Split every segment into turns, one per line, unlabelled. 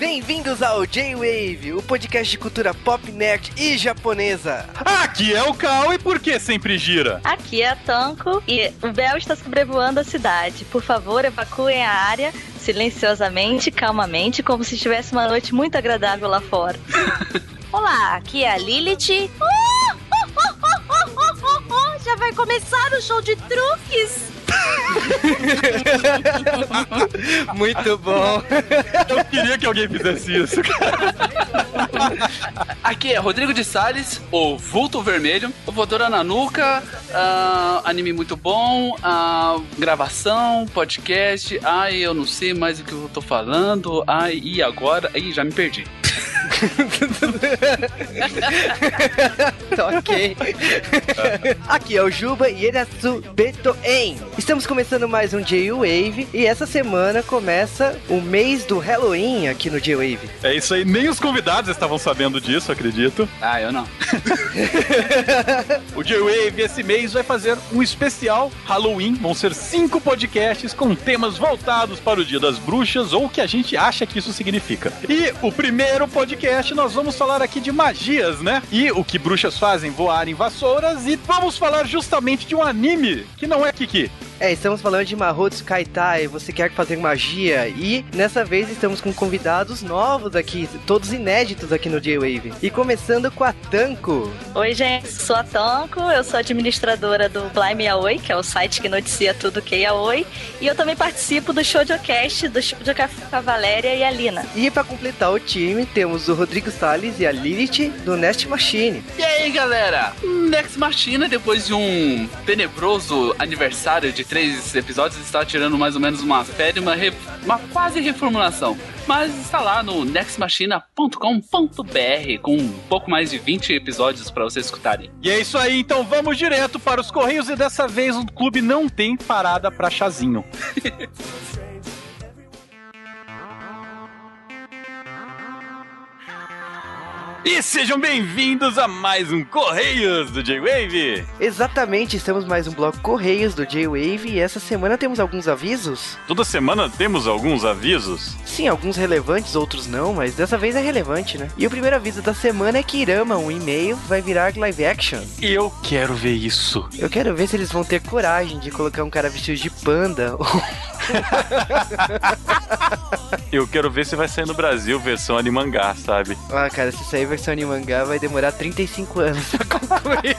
Bem-vindos ao J-Wave, o podcast de cultura pop, nerd e japonesa.
Aqui é o Cal e por que sempre gira?
Aqui é a Tanko e o Bel está sobrevoando a cidade. Por favor, evacuem a área silenciosamente, calmamente, como se estivesse uma noite muito agradável lá fora.
Olá, aqui é a Lilith. Já vai começar o show de truques.
Muito bom.
Eu queria que alguém fizesse isso.
Aqui é Rodrigo de Salles, o Vulto Vermelho, voadora na nuca, anime muito bom, gravação, podcast, eu não sei mais o que eu tô falando, e agora? Já me perdi.
Ok. Aqui é o Juba e ele é Betoen. Estamos começando mais um J-Wave e essa semana começa o mês do Halloween aqui no J-Wave.
É isso aí, nem os convidados estavam sabendo disso, acredito.
Eu não.
O J-Wave esse mês vai fazer um especial Halloween. Vão ser 5 podcasts com temas voltados para o Dia das Bruxas ou o que a gente acha que isso significa. E o primeiro podcast nós vamos falar aqui de magias, né? E o que bruxas fazem, voar em vassouras. E vamos falar justamente de um anime que não é Kiki.
Estamos falando de Mahotsu Kaitai, você quer fazer magia, e nessa vez estamos com convidados novos aqui, todos inéditos aqui no J-Wave. E começando com a Tanko.
Oi, gente, sou a Tanko, eu sou administradora do Blime Yaoi, que é o site que noticia tudo que é Yaoi, e eu também participo do Shoujocast, do Shoujo com a Valéria e a Lina.
E para completar o time, temos o Rodrigo Salles e a Lilith do Nest Machine.
E aí, galera? Next Machine, depois de um tenebroso aniversário de 3 episódios, está tirando mais ou menos uma férias, uma quase reformulação. Mas está lá no nextmachina.com.br com um pouco mais de 20 episódios para vocês escutarem.
E é isso aí, então vamos direto para os Correios e dessa vez o clube não tem parada para chazinho. E sejam bem-vindos a mais um Correios do J-Wave!
Exatamente, estamos mais um bloco Correios do J-Wave e essa semana temos alguns avisos.
Toda semana temos alguns avisos?
Sim, alguns relevantes, outros não, mas dessa vez é relevante, né? E o primeiro aviso da semana é que Irama, um e-mail, vai virar live action.
Eu quero ver isso.
Eu quero ver se eles vão ter coragem de colocar um cara vestido de panda.
Eu quero ver se vai sair no Brasil versão animangá, sabe?
Cara, se sair versão animangá vai demorar 35 anos pra concluir.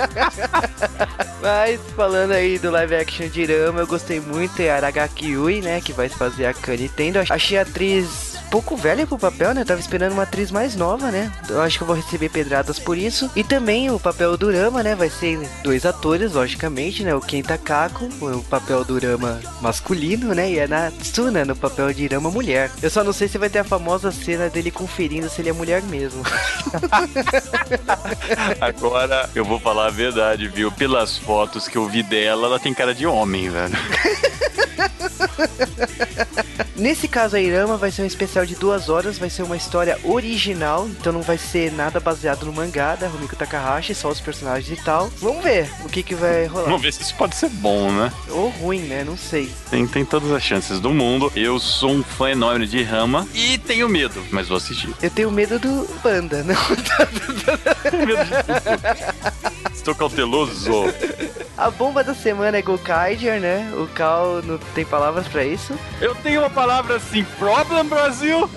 Mas, falando aí do live action de Irama, eu gostei muito. É a Aragaki Yui, né, que vai fazer a Kani Tendo. Achei a atriz pouco velha pro papel, né? Eu tava esperando uma atriz mais nova, né? Eu acho que eu vou receber pedradas por isso. E também o papel do Rama, né? Vai ser 2 atores, logicamente, né? O Kenta Kako, o papel do Rama masculino, né? E a Natsuna no papel de Rama mulher. Eu só não sei se vai ter a famosa cena dele conferindo se ele é mulher mesmo.
Agora eu vou falar a verdade, viu? Pelas fotos que eu vi dela, ela tem cara de homem, velho.
Nesse caso, a Irama vai ser um especial de 2 horas, vai ser uma história original, então não vai ser nada baseado no mangá da Rumiko Takahashi, só os personagens e tal. Vamos ver o que vai rolar.
Vamos ver se isso pode ser bom, né?
Ou ruim, né? Não sei.
Tem todas as chances do mundo. Eu sou um fã enorme de Rama e tenho medo, mas vou assistir.
Eu tenho medo do panda, não.
Tenho medo de tudo. Estou cauteloso.
A bomba da semana é Gokaiger, né? O Cal não tem palavras pra isso.
Eu tenho uma palavra assim, problem, Brasil!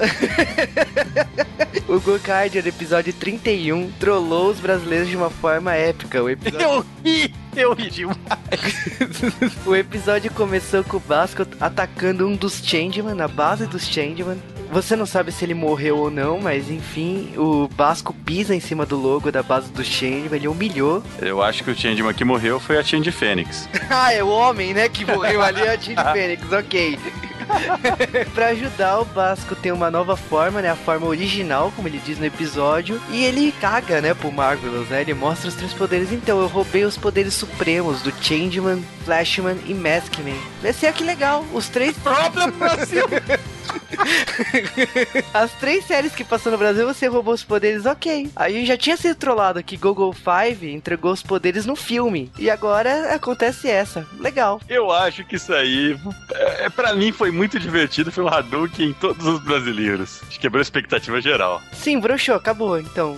O Gokaiger, episódio 31, trollou os brasileiros de uma forma épica. O episódio...
Eu ri demais.
O episódio começou com o Basco atacando um dos Changeman, na base dos Changeman. Você não sabe se ele morreu ou não, mas enfim, o Basco pisa em cima do logo da base do Changeman, ele humilhou.
Eu acho que o Changeman que morreu foi a Change Fênix.
É o homem, né, que morreu ali, a Change Fênix, ok. Pra ajudar, o Basco tem uma nova forma, né? A forma original, como ele diz no episódio. E ele caga, né, pro Marvelous, né? Ele mostra os 3 poderes. Então, eu roubei os poderes supremos do Changeman, Flashman e Maskman. Esse é que legal, os 3...
Problem Brasil!
As 3 séries que passou no Brasil, você roubou os poderes, ok. A gente já tinha sido trollado que Google Five entregou os poderes no filme. E agora acontece essa. Legal.
Eu acho que isso aí, pra mim, foi muito divertido. Foi um Hadouken em todos os brasileiros. Acho que quebrou a expectativa geral.
Sim, broxou, acabou, então.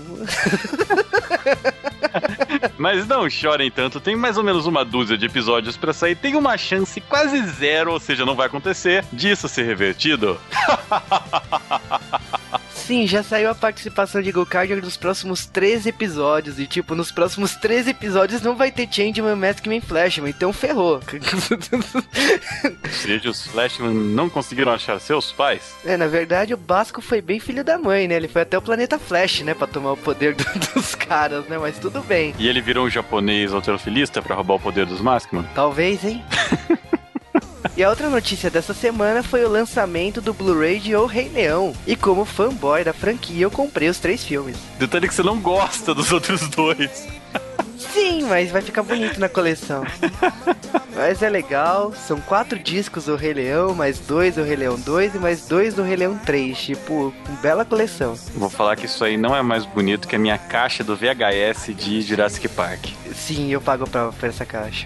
Mas não chorem tanto, tem mais ou menos uma dúzia de episódios pra sair. Tem uma chance quase zero, ou seja, não vai acontecer, disso ser revertido.
Sim, já saiu a participação de Gokard nos próximos 13 episódios. E tipo, nos próximos 13 episódios não vai ter Changeman, Maskman e Flashman. Então ferrou.
Ou seja, os Flashman não conseguiram achar seus pais?
Na verdade o Basco foi bem filho da mãe, né? Ele foi até o planeta Flash, né? Pra tomar o poder dos caras, né? Mas tudo bem.
E ele virou um japonês alterofilista pra roubar o poder dos Maskman?
Talvez, hein? E a outra notícia dessa semana foi o lançamento do Blu-ray de O Rei Leão. E como fanboy da franquia, eu comprei os 3 filmes.
Detalhe que você não gosta dos outros 2.
Sim, mas vai ficar bonito na coleção. Mas é legal, são 4 discos do Rei Leão, mais 2 do Rei Leão 2 e mais 2 do Rei Leão 3. Tipo, bela coleção.
Vou falar que isso aí não é mais bonito que a minha caixa do VHS de Jurassic Park.
Sim, eu pago pra essa caixa.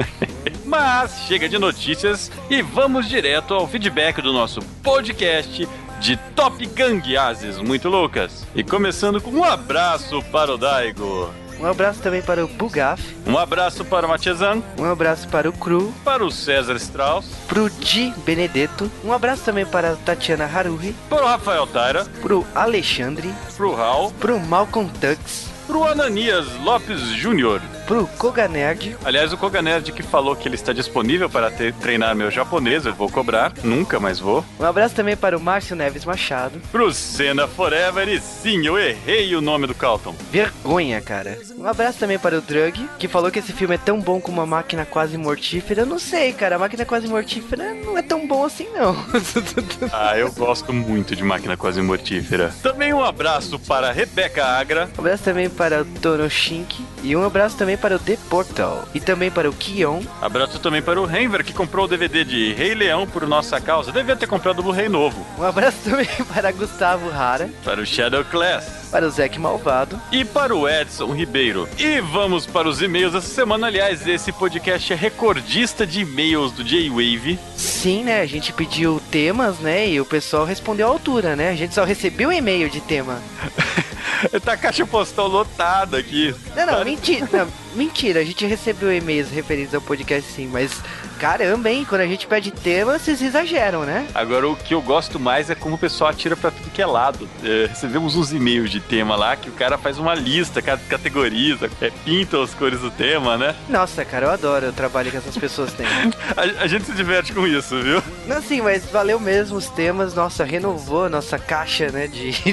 Mas chega de notícias e vamos direto ao feedback do nosso podcast de Top Gang Ases Muito Loucas. E começando com um abraço para o Daigo.
Um abraço também para o Bugaf.
Um abraço para o Matiezan.
Um abraço para o Cru.
Para o César Strauss.
Pro Di Benedetto. Um abraço também para a Tatiana Haruhi.
Para o Rafael Taira.
Pro Alexandre.
Pro Raul.
Pro Malcolm Tux.
Pro Ananias Lopes Júnior.
Pro Koga Nerd.
Aliás, o Koga Nerd que falou que ele está disponível para treinar meu japonês, eu vou cobrar, nunca mais vou.
Um abraço também para o Márcio Neves Machado.
Pro Cena Forever, e sim, eu errei o nome do Calton.
Vergonha, cara. Um abraço também para o Drug, que falou que esse filme é tão bom como a Máquina Quase Mortífera. Eu não sei, cara, a Máquina Quase Mortífera não é tão bom assim, não.
Eu gosto muito de Máquina Quase Mortífera. Também um abraço para a Rebeca Agra.
Um abraço também para o Tono Shink. E um abraço também para o The Portal. E também para o Kion.
Abraço também para o Henver, que comprou o DVD de Rei Leão por nossa causa. Devia ter comprado o Blu-ray novo.
Um abraço também para Gustavo Hara.
Para o Shadow Class.
Para o Zack Malvado.
E para o Edson Ribeiro. E vamos para os e-mails dessa semana. Aliás, esse podcast é recordista de e-mails do J-Wave.
Sim, né? A gente pediu temas, né? E o pessoal respondeu à altura, né? A gente só recebeu e-mail de tema.
Tá a caixa postal lotada aqui.
Não, mentira. Não, mentira, a gente recebeu e-mails referidos ao podcast sim, mas caramba, hein? Quando a gente pede tema, vocês exageram, né?
Agora, o que eu gosto mais é como o pessoal atira pra tudo que é lado. Recebemos uns e-mails de tema lá, que o cara faz uma lista, categoriza, pinta as cores do tema, né?
Nossa, cara, eu adoro o trabalho que essas pessoas têm.
A gente se diverte com isso, viu?
Não, sim, mas valeu mesmo os temas. Nossa, renovou a nossa caixa, né,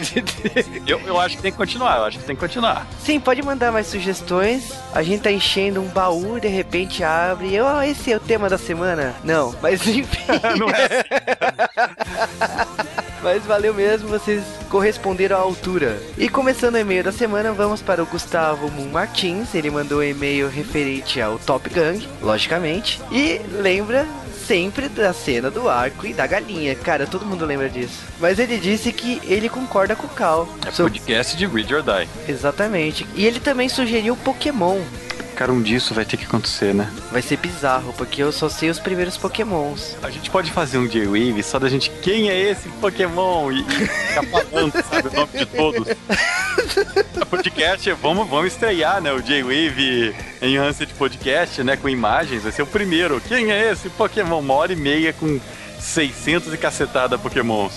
Eu acho que tem que continuar,
Sim, pode mandar mais sugestões. A gente tá enchendo um baú, de repente abre e esse é o tema da semana. Não, mas enfim.
Não é assim.
Mas valeu mesmo, vocês corresponderam à altura. E começando o e-mail da semana, vamos para o Gustavo Moon Martins. Ele mandou um e-mail referente ao Top Gang, logicamente. E lembra sempre da cena do arco e da galinha. Cara, todo mundo lembra disso. Mas ele disse que ele concorda com o Cal.
Podcast de Read or Die.
Exatamente. E ele também sugeriu Pokémon.
Cara, um dia isso vai ter que acontecer, né?
Vai ser bizarro, porque eu só sei os primeiros Pokémons.
A gente pode fazer um J-Wave só da gente, quem é esse Pokémon? E ficar falando, sabe, o nome de todos. O podcast, vamos estrear, né, o J-Wave Enhanced Podcast, né, com imagens, vai ser o primeiro. Quem é esse Pokémon? 1h30 com 600 e cacetada Pokémons.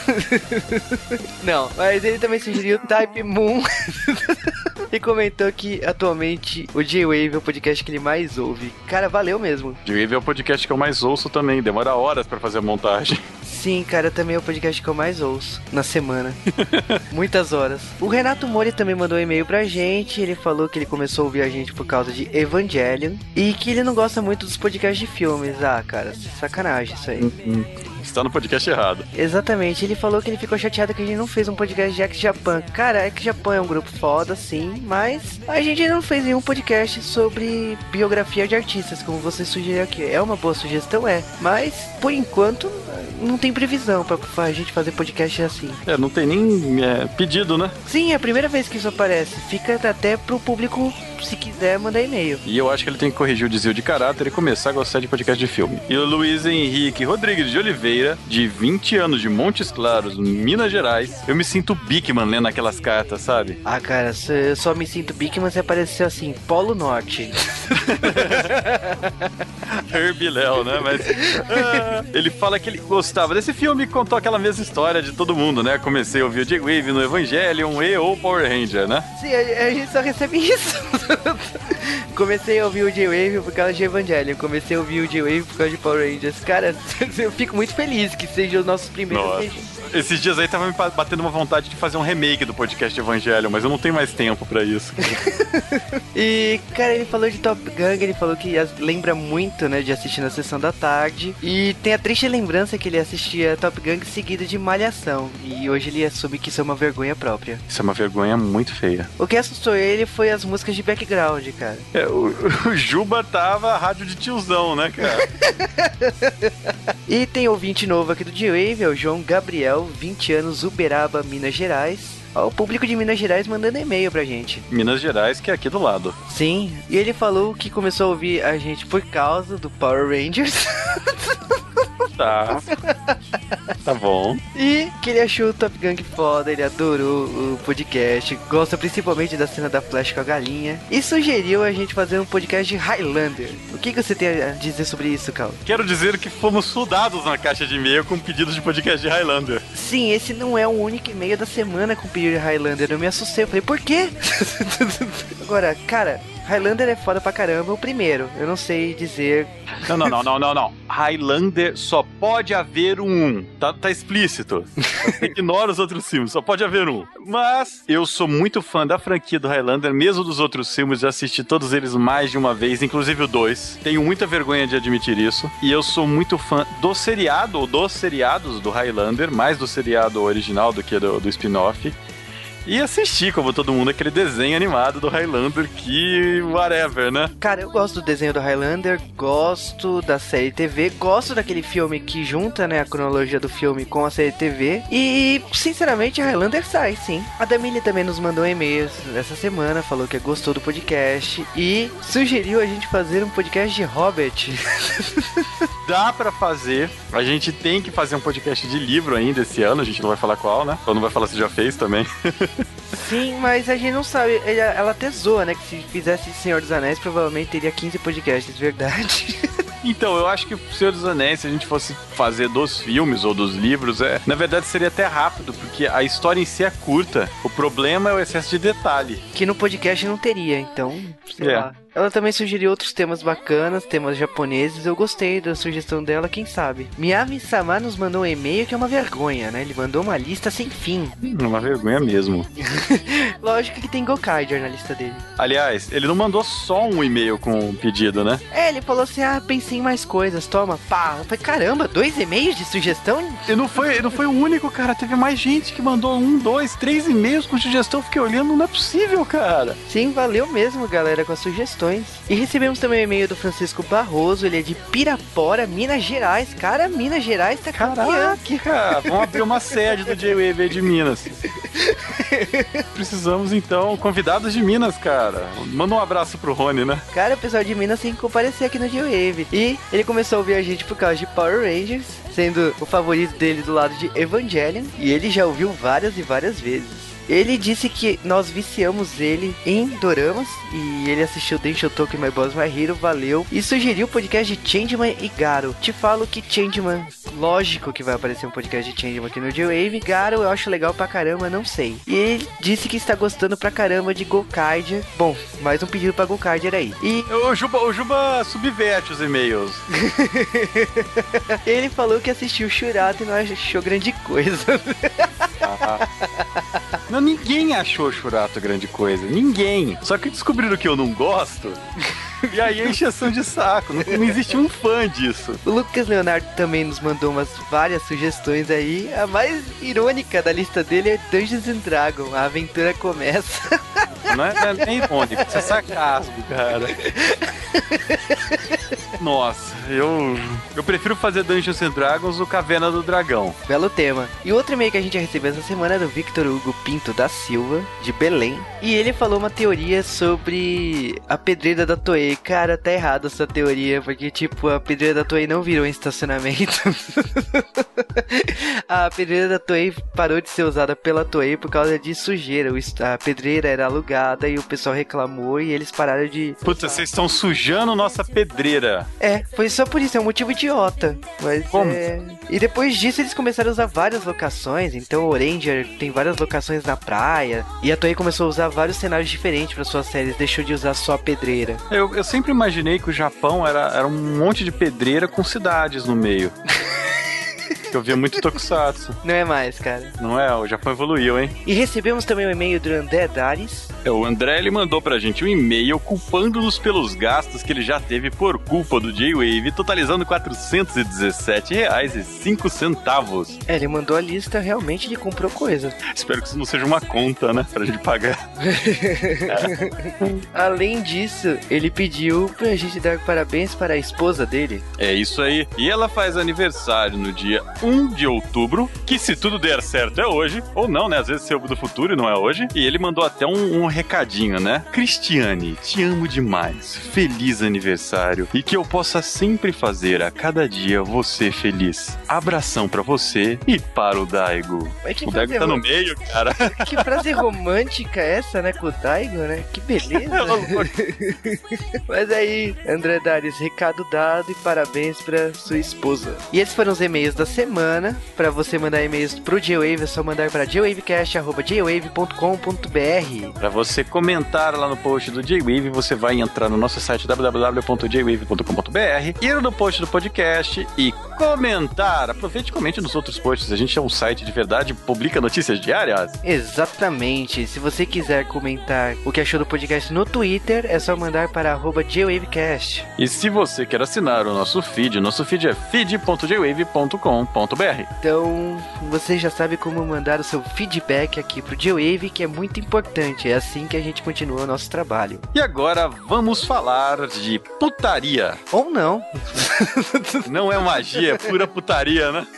Não, mas ele também sugeriu Type Moon. E comentou que atualmente o J-Wave é o podcast que ele mais ouve. Cara, valeu mesmo.
J-Wave é o podcast que eu mais ouço também, demora horas pra fazer a montagem.
Sim, cara, também é o podcast que eu mais ouço na semana. Muitas horas. O Renato Mori também mandou um e-mail pra gente. Ele falou que ele começou a ouvir a gente por causa de Evangelion e que ele não gosta muito dos podcasts de filmes. Ah, cara, sacanagem isso aí.
Está no podcast errado.
Exatamente, ele falou que ele ficou chateado que a gente não fez um podcast de X-Japan. Cara, X-Japan é um grupo foda, sim, mas a gente não fez nenhum podcast sobre biografia de artistas, como você sugeriu aqui. É uma boa sugestão, mas por enquanto não tem previsão pra a gente fazer podcast assim.
Não tem nem pedido, né?
Sim, é a primeira vez que isso aparece. Fica até pro público, se quiser, mandar e-mail.
E eu acho que ele tem que corrigir o desvio de caráter e começar a gostar de podcast de filme. E o Luiz Henrique Rodrigues de Oliveira, de 20 anos, de Montes Claros, Minas Gerais. Eu me sinto Bigman lendo aquelas cartas, sabe?
Ah, cara, eu só me sinto Bigman se apareceu assim, Polo Norte.
Herbie Léo, né? Mas ele fala que ele gostava desse filme e contou aquela mesma história de todo mundo, né? Comecei a ouvir o J-Wave no Evangelion e ou Power Ranger, né?
Sim, a gente só recebe isso. Comecei a ouvir o J-Wave por causa de Evangelion. Comecei a ouvir o J-Wave por causa de Power Rangers. Cara, eu fico muito feliz que sejam os nossos primeiros.
Esses dias aí tava me batendo uma vontade de fazer um remake do podcast Evangelion, mas eu não tenho mais tempo pra isso.
E, cara, ele falou de Top Gun, ele falou que lembra muito, né, de assistir na sessão da tarde. E tem a triste lembrança que ele assistia Top Gun seguido de Malhação. E hoje ele assume que isso é uma vergonha própria.
Isso é uma vergonha muito feia.
O que assustou ele foi as músicas de background, cara.
O Juba tava rádio de tiozão, né, cara?
E tem ouvinte novo aqui do J-Wave, é o João Gabriel, 20 anos, Uberaba, Minas Gerais. Ó, o público de Minas Gerais mandando e-mail pra gente.
Minas Gerais, que é aqui do lado.
Sim, e ele falou que começou a ouvir a gente por causa do Power Rangers.
Tá bom.
E que ele achou o Top Gun foda, ele adorou o podcast, gosta principalmente da cena da Flash com a galinha. E sugeriu a gente fazer um podcast de Highlander. O que você tem a dizer sobre isso, Cal?
Quero dizer que fomos soldados na caixa de e-mail com pedidos de podcast de Highlander.
Sim, esse não é o único e-mail da semana com pedido de Highlander. Eu me assustei, eu falei, por quê? Agora, cara, Highlander é foda pra caramba, o primeiro. Eu não sei dizer...
Não. Highlander só pode haver um. Tá explícito. Ignora os outros filmes, só pode haver um. Mas eu sou muito fã da franquia do Highlander, mesmo dos outros filmes. Já assisti todos eles mais de uma vez, inclusive o 2. Tenho muita vergonha de admitir isso. E eu sou muito fã do seriado, ou dos seriados do Highlander, mais do seriado original do que do spin-off. E assisti, como todo mundo, aquele desenho animado do Highlander, que whatever, né?
Cara, eu gosto do desenho do Highlander, gosto da série TV, gosto daquele filme que junta, né, a cronologia do filme com a série TV. E, sinceramente, Highlander sai, sim. A Damile também nos mandou um e-mail essa semana, falou que gostou do podcast e sugeriu a gente fazer um podcast de Hobbit.
Dá pra fazer. A gente tem que fazer um podcast de livro ainda esse ano, a gente não vai falar qual, né? Ou não vai falar se já fez também.
Sim, mas a gente não sabe. Ela até zoa, né? Que se fizesse Senhor dos Anéis, provavelmente teria 15 podcasts, verdade.
Então, eu acho que o Senhor dos Anéis, se a gente fosse fazer dos filmes ou dos livros, na verdade seria até rápido, porque a história em si é curta. O problema é o excesso de detalhe.
Que no podcast não teria, então, sei lá. Ela também sugeriu outros temas bacanas, temas japoneses. Eu gostei da sugestão dela, quem sabe. Miyami-sama nos mandou um e-mail que é uma vergonha, né? Ele mandou uma lista sem fim.
Uma vergonha mesmo.
Lógico que tem Gokaiger na lista dele.
Aliás, ele não mandou só um e-mail com um pedido, né?
Ele falou assim, pensei em mais coisas, toma, pá. Eu falei, caramba, 2 e-mails de sugestão?
E não foi o único, cara. Teve mais gente que mandou 1, 2, 3 e-mails com sugestão. Fiquei olhando, não é possível, cara.
Sim, valeu mesmo, galera, com as sugestões. E recebemos também um e-mail do Francisco Barroso, ele é de Pirapora, Minas Gerais. Cara, Minas Gerais tá campeão.
Caraca, vamos abrir uma sede do J-Wave de Minas. Precisamos, então, convidados de Minas, cara. Manda um abraço pro Rony, né?
Cara, o pessoal de Minas tem que comparecer aqui no J-Wave. E ele começou a ouvir a gente por causa de Power Rangers, sendo o favorito dele do lado de Evangelion. E ele já ouviu várias e várias vezes. Ele disse que nós viciamos ele em doramas e ele assistiu Densho Toku My Boss My Hero, valeu. E sugeriu o podcast de Changeman e Garo. Te falo que Changeman, lógico que vai aparecer um podcast de Changeman aqui no J-Wave. Garo eu acho legal pra caramba, não sei. E ele disse que está gostando pra caramba de Gokaiger. Bom, mais um pedido pra Gokaiger aí. E
o Juba subverte os e-mails.
Ele falou que assistiu Shurato e não achou grande coisa.
Não, ninguém achou Shurato grande coisa. Ninguém. Só que descobriram que eu não gosto. E aí é encheção de saco, não existe um fã disso.
O Lucas Leonardo também nos mandou várias sugestões aí. A mais irônica da lista dele é Dungeons and Dragons. A aventura começa.
Não é nem irônico, isso é sarcasmo, cara. Nossa, eu prefiro fazer Dungeons and Dragons do Caverna do Dragão.
Belo tema. E outro e-mail que a gente recebeu essa semana é do Victor Hugo Pinto da Silva, de Belém. E ele falou uma teoria sobre a pedreira da Toei. Cara, tá errado essa teoria, porque, tipo, a pedreira da Toei não virou um estacionamento. A pedreira da Toei parou de ser usada pela Toei por causa de sujeira. A pedreira era alugada e o pessoal reclamou e eles pararam de...
Puta, vocês estão sujando nossa pedreira.
É, foi só por isso, é um motivo idiota. Mas
como?
E depois disso eles começaram a usar várias locações. Então o Ranger tem várias locações na praia. E a Toei começou a usar vários cenários diferentes para suas séries. Deixou de usar só a pedreira.
Eu sempre imaginei que o Japão era um monte de pedreira com cidades no meio. Eu via muito Tokusatsu.
Não é mais, cara.
Não é? O Japão evoluiu, hein?
E recebemos também o e-mail do André Dares.
O André, ele mandou pra gente um e-mail culpando-nos pelos gastos que ele já teve por culpa do J-Wave, totalizando R$ 417,05.
Ele mandou a lista, realmente ele comprou coisa.
Espero que isso não seja uma conta, né? Pra gente pagar.
Além disso, ele pediu pra gente dar parabéns para a esposa dele.
É isso aí. E ela faz aniversário no dia 1 de outubro, que se tudo der certo é hoje, ou não, né? Às vezes é do futuro e não é hoje. E ele mandou até um recadinho, né? Cristiane, te amo demais. Feliz aniversário. E que eu possa sempre fazer a cada dia você feliz. Abração pra você e para o Daigo. O Daigo tá no meio, cara.
Que frase romântica essa, né? Com o Daigo, né? Que beleza. Mas aí, André Dares, recado dado e parabéns pra sua esposa. E esses foram os e-mails da semana. Pra você mandar e-mails pro J-Wave, é só mandar para jwavecast@jwave.com.br.
Pra você comentar lá no post do J-Wave, você vai entrar no nosso site www.jwave.com.br, ir no post do podcast e comentar. Aproveite e comente nos outros posts. A gente é um site de verdade, publica notícias diárias.
Exatamente. Se você quiser comentar o que achou do podcast no Twitter, é só mandar para @jwavecast.
E se você quer assinar o nosso feed é feed.jwave.com.br.
Então, você já sabe como mandar o seu feedback aqui pro J-Wave, que é muito importante. É assim que a gente continua o nosso trabalho.
E agora vamos falar de putaria.
Ou não.
Não é magia, é pura putaria, né?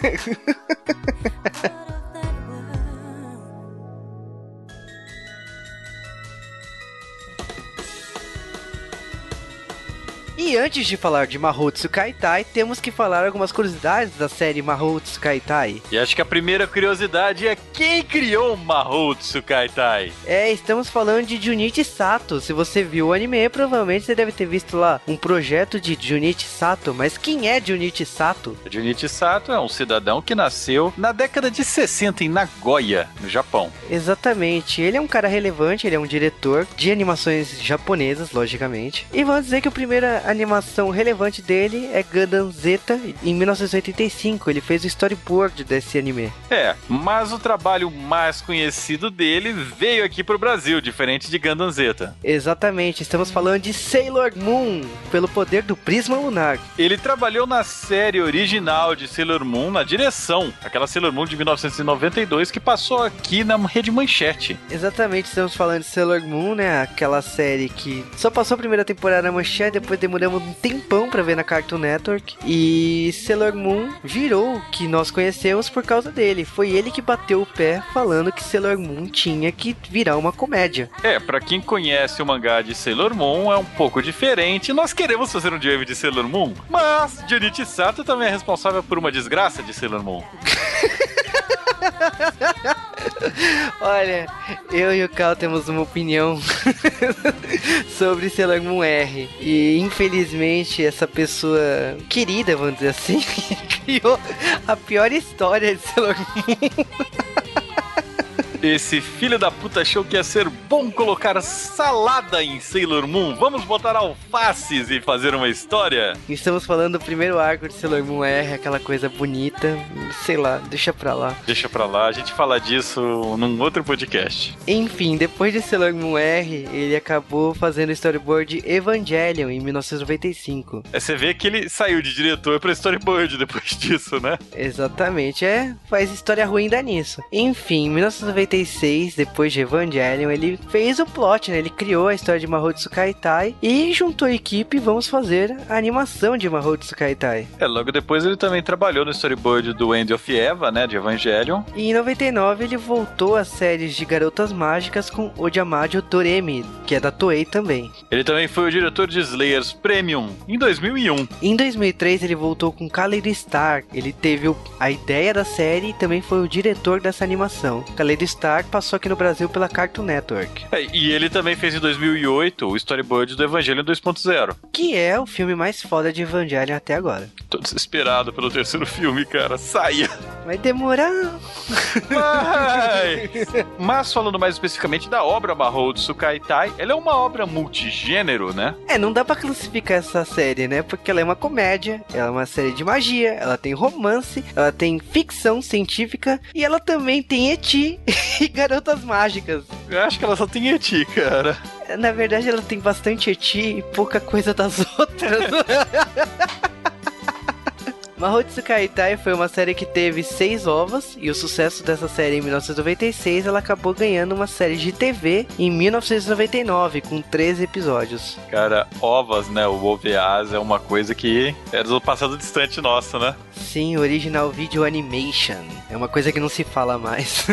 E antes de falar de Mahou Kaitai, temos que falar algumas curiosidades da série Mahou Kaitai.
E acho que a primeira curiosidade é quem criou Mahou Kaitai?
Estamos falando de Junichi Sato. Se você viu o anime, provavelmente você deve ter visto lá um projeto de Junichi Sato. Mas quem é Junichi Sato?
Junichi Sato é um cidadão que nasceu na década de 60 em Nagoya, no Japão.
Exatamente. Ele é um cara relevante, ele é um diretor de animações japonesas, logicamente. E vamos dizer que a primeira animação relevante dele é Gundam Zeta, em 1985. Ele fez o storyboard desse anime.
Mas o trabalho mais conhecido dele veio aqui pro Brasil, diferente de Gundam Zeta.
Exatamente, estamos falando de Sailor Moon, pelo poder do prisma lunar.
Ele trabalhou na série original de Sailor Moon, na direção, aquela Sailor Moon de 1992 que passou aqui na Rede Manchete.
Exatamente, estamos falando de Sailor Moon, né? Aquela série que só passou a primeira temporada na Manchete, depois demoramos um tempão pra ver na Cartoon Network. E Sailor Moon virou o que nós conhecemos por causa dele. Foi ele que bateu o pé falando que Sailor Moon tinha que virar uma comédia.
Pra quem conhece o mangá de Sailor Moon, é um pouco diferente. Nós queremos fazer um J-Wave de Sailor Moon, mas Junichi Sato também é responsável por uma desgraça de Sailor Moon.
Olha, eu e o Cal temos uma opinião sobre Sailor Moon R. E infelizmente essa pessoa querida, vamos dizer assim, criou a pior história de Sailor Moon.
Esse filho da puta achou que ia ser bom colocar salada em Sailor Moon. Vamos botar alfaces e fazer uma história?
Estamos falando do primeiro arco de Sailor Moon R, aquela coisa bonita. Sei lá, deixa pra lá.
Deixa pra lá, a gente fala disso num outro podcast.
Enfim, depois de Sailor Moon R, ele acabou fazendo o storyboard Evangelion em 1995.
Você vê que ele saiu de diretor pra storyboard depois disso, né?
Exatamente, faz história ruim dar nisso. Enfim, em 1996, depois de Evangelion, ele fez o plot, né? Ele criou a história de Mahou Tsukaitai e juntou a equipe e vamos fazer a animação de Mahou Tsukaitai.
Logo depois ele também trabalhou no storyboard do End of Eva, né? De Evangelion.
E em 99 ele voltou às séries de Garotas Mágicas com Ojamajo Doremi, que é da Toei também.
Ele também foi o diretor de Slayers Premium em 2001.
Em 2003 ele voltou com Kaleido Star. Ele teve a ideia da série e também foi o diretor dessa animação. Kaleido Star passou aqui no Brasil pela Cartoon Network.
E ele também fez em 2008 o storyboard do Evangelion 2.0.
Que é o filme mais foda de Evangelion até agora.
Tô desesperado pelo terceiro filme, cara. Saia!
Vai demorar.
Mas falando mais especificamente da obra Mahou Tsukaitai, ela é uma obra multigênero, né?
Não dá pra classificar essa série, né? Porque ela é uma comédia, ela é uma série de magia, ela tem romance, ela tem ficção científica e ela também tem eti e garotas mágicas.
Eu acho que ela só tem eti, cara.
Na verdade, ela tem bastante eti e pouca coisa das outras. Mahou Tsukaitai foi uma série que teve 6 ovas e o sucesso dessa série em 1996 ela acabou ganhando uma série de TV em 1999 com 13 episódios.
Cara, ovas, né, o OVAs é uma coisa que é do passado distante nosso, né?
Sim, Original Video Animation. É uma coisa que não se fala mais.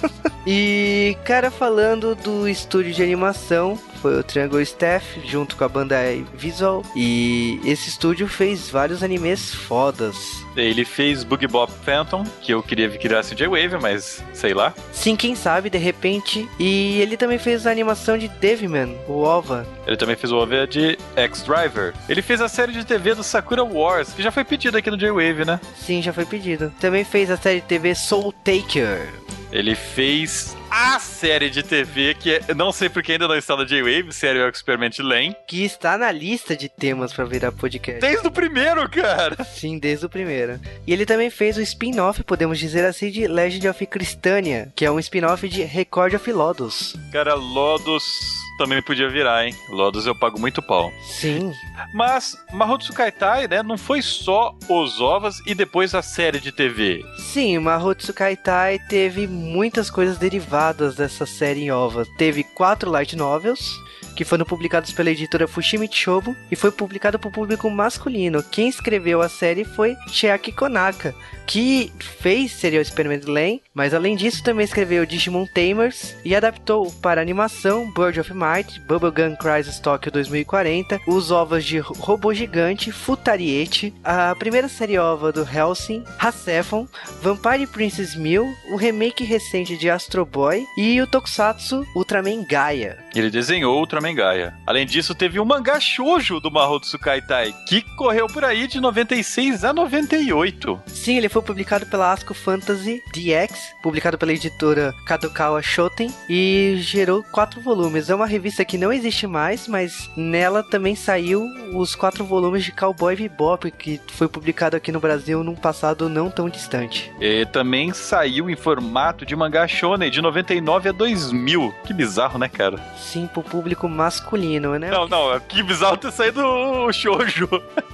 E, cara, falando do estúdio de animação, foi o Triangle Staff, junto com a Bandai Visual. E esse estúdio fez vários animes fodas.
Ele fez Boogie Bop Phantom, que eu queria que virasse o J-Wave, mas sei lá.
Sim, quem sabe, de repente. E ele também fez a animação de Devilman, o OVA.
Ele também fez o OVA de X-Driver. Ele fez a série de TV do Sakura Wars, que já foi pedida aqui no J-Wave, né?
Sim, já foi pedido. Também fez a série de TV Soul Taker.
Ele fez a série de TV, que não sei porque ainda não está no J-Wave, série Experiment Lane.
Que está na lista de temas pra virar podcast.
Desde o primeiro, cara!
Sim, desde o primeiro. E ele também fez o spin-off, podemos dizer assim, de Legend of Crystania, que é um spin-off de Record of Lodos.
Cara, Lodos também podia virar, hein? Lodos eu pago muito pau.
Sim.
Mas Mahou Tsukaitai, né, não foi só os ovas e depois a série de TV.
Sim, Mahou Tsukaitai teve muitas coisas derivadas dessa série em ovas. Teve 4 light novels, que foram publicados pela editora Fushimi Shobu e foi publicado para o público masculino. Quem escreveu a série foi Chiaki Konaka, que fez Serial Experiment Lane, mas além disso também escreveu Digimon Tamers e adaptou para animação Bird of Might, Bubblegum Crisis Tokyo 2040, os ovas de Robô Gigante, Futariete, a primeira série ova do Hellsing, Hasefon, Vampire Princess Mill, o remake recente de Astro Boy e o Tokusatsu Ultraman Gaia.
Ele desenhou Ultraman Gaia. Além disso, teve um mangá shoujo do Mahou Tsukaitai, que correu por aí de 96 a 98.
Sim, ele foi publicado pela Asco Fantasy DX, publicado pela editora Kadokawa Shoten e gerou 4 volumes. É uma revista que não existe mais, mas nela também saiu os 4 volumes de Cowboy Bebop, que foi publicado aqui no Brasil num passado não tão distante.
E também saiu em formato de mangá shonen de 99 a 2000. Que bizarro, né, cara?
Sim, pro público masculino, né?
Não, que bizarro ter saído o shoujo.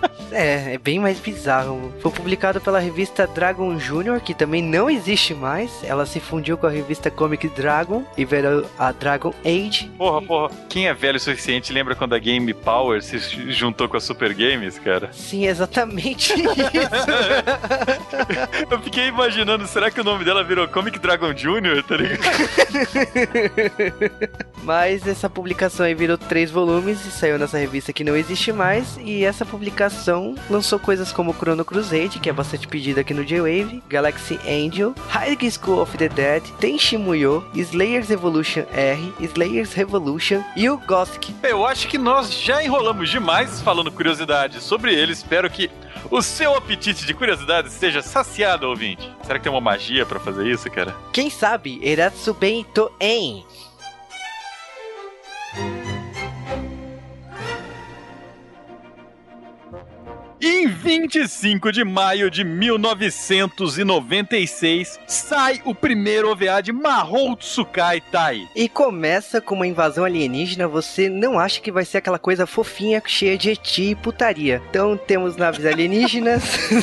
É bem mais bizarro. Foi publicado pela revista Dragon Junior, que também não existe mais. Ela se fundiu com a revista Comic Dragon e virou a Dragon Age.
Porra. Quem é velho o suficiente lembra quando a Game Power se juntou com a Super Games, cara?
Sim, exatamente isso.
Eu fiquei imaginando, será que o nome dela virou Comic Dragon Junior, tá ligado?
Mas essa publicação aí virou 3 volumes e saiu nessa revista que não existe mais. E essa publicação lançou coisas como Chrono Crusade, que é bastante pedido aqui no J-Wave, Galaxy Angel, High School of the Dead, Tenchi Muyo, Slayers Evolution R, Slayers Revolution e o Gothic.
Eu acho que nós já enrolamos demais falando curiosidades sobre ele. Espero que o seu apetite de curiosidades seja saciado, ouvinte. Será que tem uma magia pra fazer isso, cara?
Quem sabe? Eratsubei Toen.
Em 25 de maio de 1996, sai o primeiro OVA de Mahou Tsukai Tai.
E começa com uma invasão alienígena, você não acha que vai ser aquela coisa fofinha, cheia de eti e putaria. Então temos naves alienígenas...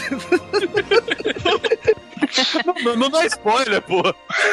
Não dá spoiler, pô.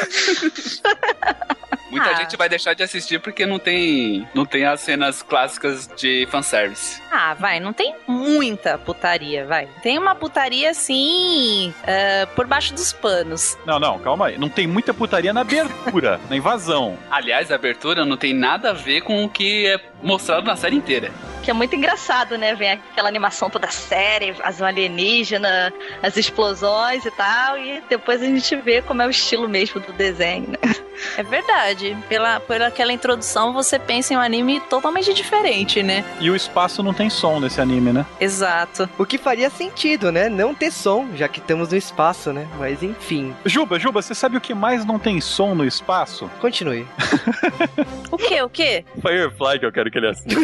Muita gente vai deixar de assistir porque não tem as cenas clássicas de fanservice.
Não tem muita putaria, vai. Tem uma putaria, assim, por baixo dos panos.
Não, calma aí. Não tem muita putaria na abertura, na invasão.
Aliás, a abertura não tem nada a ver com o que é mostrado na série inteira.
Que é muito engraçado, né? Vem aquela animação toda séria, as alienígenas, as explosões e tal, e depois a gente vê como é o estilo mesmo do desenho, né?
É verdade. Por aquela introdução, você pensa em um anime totalmente diferente, né?
E o espaço não tem som nesse anime, né?
Exato.
O que faria sentido, né? Não ter som, já que estamos no espaço, né? Mas enfim.
Juba, você sabe o que mais não tem som no espaço?
Continue.
O quê?
Firefly, que eu quero que ele assista.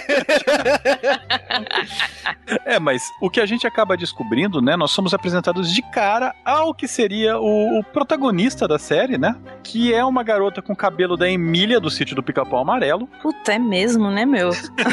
Mas o que a gente acaba descobrindo, né? Nós somos apresentados de cara ao que seria o protagonista da série, né? Que é uma garota com cabelo da Emília, do Sítio do Pica-Pau Amarelo.
Puta, é mesmo, né, meu?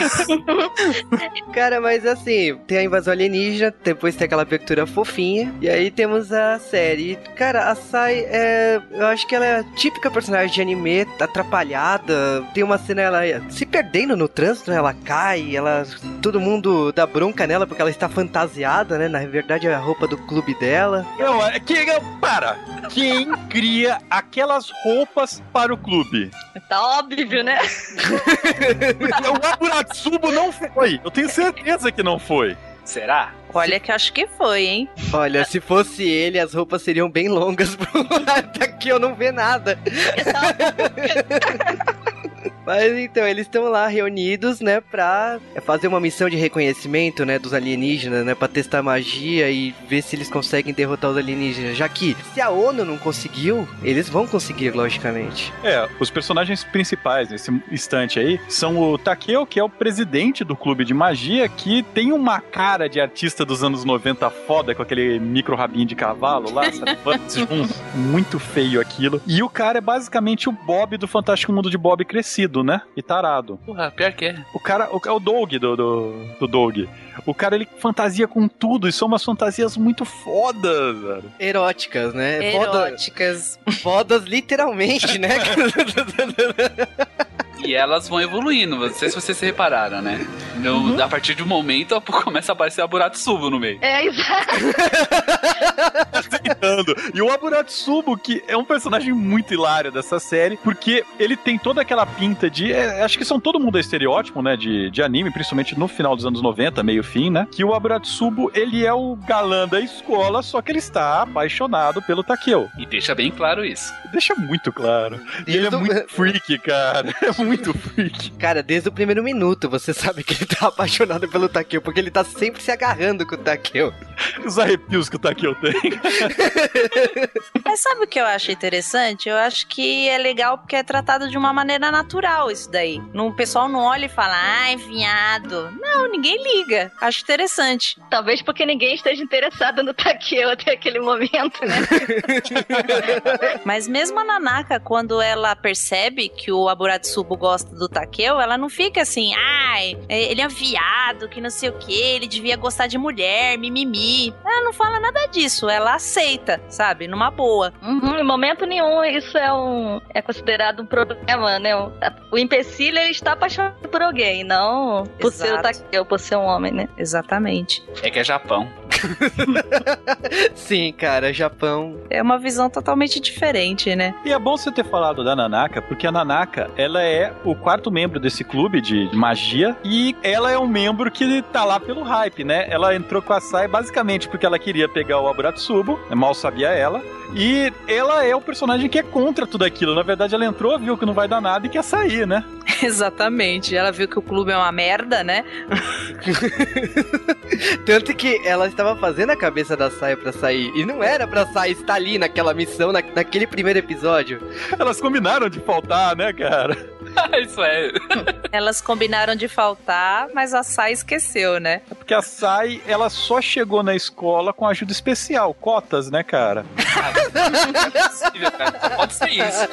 Cara, mas assim, tem a invasão alienígena, depois tem aquela abertura fofinha, e aí temos a série. Cara, a Sai eu acho que ela é a típica personagem de anime, atrapalhada. Tem uma cena, ela se perdendo no trânsito, né? Ela cai, todo mundo dá bronca nela porque ela está fantasiada, né? Na verdade é a roupa do clube dela.
Para! Quem cria aquelas roupas para o clube?
Tá óbvio, né?
O Aburatsubo não foi. Eu tenho certeza que não foi.
Será?
Olha que acho que foi, hein?
Olha, se fosse ele, as roupas seriam bem longas. Daqui eu não vê nada. Mas então, eles estão lá reunidos, né, pra fazer uma missão de reconhecimento, né, dos alienígenas, né, pra testar magia e ver se eles conseguem derrotar os alienígenas. Já que, se a ONU não conseguiu, eles vão conseguir, logicamente.
Os personagens principais nesse instante aí são o Takeo, que é o presidente do clube de magia, que tem uma cara de artista dos anos 90 foda, com aquele micro rabinho de cavalo lá, sabe? Muito feio aquilo. E o cara é basicamente o Bob do Fantástico Mundo de Bob crescido, né? E tarado.
Porra, pior que é.
O cara é o Doug do Doug. O cara, ele fantasia com tudo, e são umas fantasias muito fodas, velho.
Eróticas, né?
Eróticas.
Fodas literalmente, né?
E elas vão evoluindo, não sei se vocês se repararam, né? A partir de um momento, começa a aparecer a Aburatsubo no meio.
Exato.
E o Aburatsubo, que é um personagem muito hilário dessa série, porque ele tem toda aquela pinta de... acho que todo mundo é estereótipo, né? De anime, principalmente no final dos anos 90, meio fim, né? Que o Aburatsubo, ele é o galã da escola, só que ele está apaixonado pelo Takeo.
E deixa bem claro isso.
Deixa muito claro. E ele é muito freak, cara. É muito freak.
Cara, desde o primeiro minuto você sabe que ele tá apaixonado pelo Takeo, porque ele tá sempre se agarrando com o Takeo.
Os arrepios que o Takeo tem.
Mas sabe o que eu acho interessante? Eu acho que é legal porque é tratado de uma maneira natural isso daí. O pessoal não olha e fala, ai, viado. Não, ninguém liga. Acho interessante.
Talvez porque ninguém esteja interessado no Takeo até aquele momento, né?
Mas mesmo a Nanaka, quando ela percebe que o Aburatsubo gosta do Takeo, ela não fica assim, ai, ele é viado, que não sei o que, ele devia gostar de mulher, mimimi. Ela não fala nada disso, ela aceita, sabe? Numa boa.
Em momento nenhum isso é considerado um problema, né? O empecilho, ele está apaixonado por alguém, não por ser o Takeo, por ser um homem, né?
Exatamente.
É que é Japão.
Sim, cara, Japão.
É uma visão totalmente diferente, né?
E é bom você ter falado da Nanaka, porque a Nanaka, ela é o quarto membro desse clube de magia, e ela é um membro que tá lá pelo hype, né? Ela entrou com a Sai basicamente porque ela queria pegar o Aburatsubo, mal sabia ela, e ela é o personagem que é contra tudo aquilo. Na verdade, ela entrou, viu que não vai dar nada e quer sair, né?
Exatamente. Ela viu que o clube é uma merda, né?
Tanto que ela estava fazendo a cabeça da Sai pra sair. E não era pra Sai estar ali naquela missão, naquele primeiro episódio.
Elas combinaram de faltar, né, cara?
Isso é.
Elas combinaram de faltar, mas a Sai esqueceu, né?
É porque a Sai, ela só chegou na escola com ajuda especial, cotas, né, cara?
Não é possível, cara. Pode ser isso.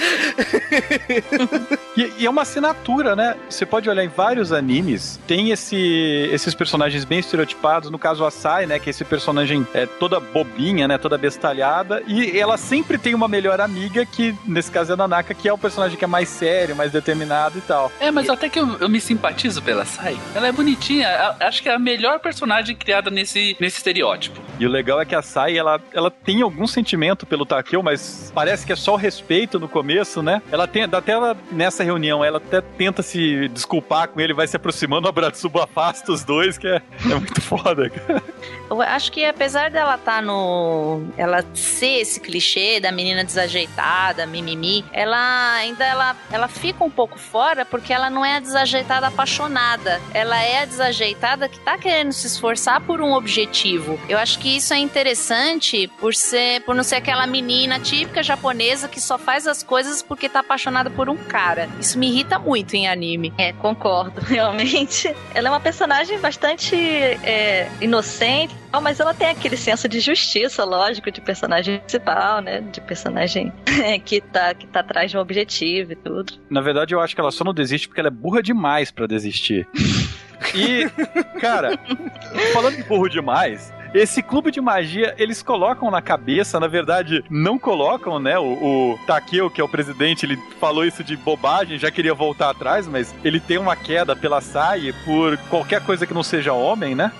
E é uma assinatura, né? Você pode olhar em vários animes, tem esses personagens bem estereotipados, no caso a Sai, né, que esse personagem é toda bobinha, né, toda bestalhada, e ela sempre tem uma melhor amiga, que nesse caso é a Nanaka, que é o personagem que é mais sério, mais determinado e tal.
É, mas até que eu me simpatizo pela Sai. Ela é bonitinha, acho que é a melhor personagem criada nesse estereótipo.
E o legal é que a Sai, ela tem algum sentimento pelo Takeo, mas parece que é só o respeito no começo, né? Ela tem, até ela, nessa reunião, ela até tenta se desculpar com ele, vai se aproximando, o Aburatsubo afasta os dois, que é muito foda, cara.
Eu acho que apesar dela estar ela ser esse clichê da menina desajeitada, mimimi, ela fica um pouco fora porque ela não é a desajeitada apaixonada. Ela é a desajeitada que tá querendo se esforçar por um objetivo. Eu acho que isso é interessante por não ser aquela menina típica japonesa que só faz as coisas porque tá apaixonada por um cara. Isso me irrita muito em anime.
É, concordo, realmente. Ela é uma personagem bastante inocente, mas ela tem aquele senso de justiça, lógico, de personagem principal, né? De personagem que tá atrás de um objetivo e tudo.
Na verdade, eu acho que ela só não desiste porque ela é burra demais pra desistir. E, cara, falando de burro demais, esse clube de magia, eles colocam na cabeça, na verdade, não colocam, né? O Takeo, que é o presidente, ele falou isso de bobagem, já queria voltar atrás, mas ele tem uma queda pela Sai por qualquer coisa que não seja homem, né?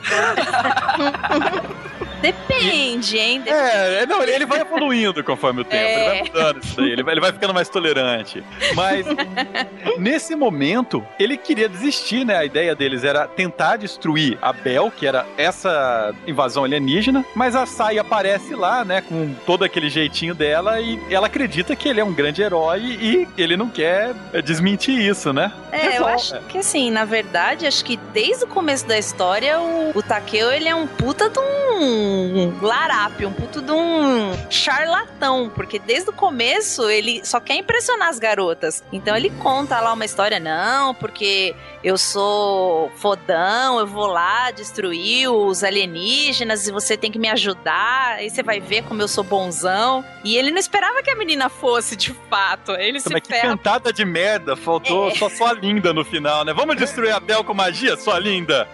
Depende, hein?
Não, ele vai evoluindo conforme o tempo, ele vai mudando isso daí, ele vai ficando mais tolerante. Mas, nesse momento, ele queria desistir, né? A ideia deles era tentar destruir a Bel, que era essa invasão alienígena, mas a Sai aparece lá, né? Com todo aquele jeitinho dela e ela acredita que ele é um grande herói e ele não quer desmentir isso, né?
Eu acho que assim, na verdade, acho que desde o começo da história, o Takeo, ele é um puta de um larápio, um puto de um charlatão, porque desde o começo ele só quer impressionar as garotas. Então ele conta lá uma história, não, porque eu sou fodão, eu vou lá destruir os alienígenas e você tem que me ajudar, aí você vai ver como eu sou bonzão. E ele não esperava que a menina fosse, de fato. Ele se
que cantada de merda, faltou só sua linda no final, né? Vamos destruir a Bel com magia, sua linda?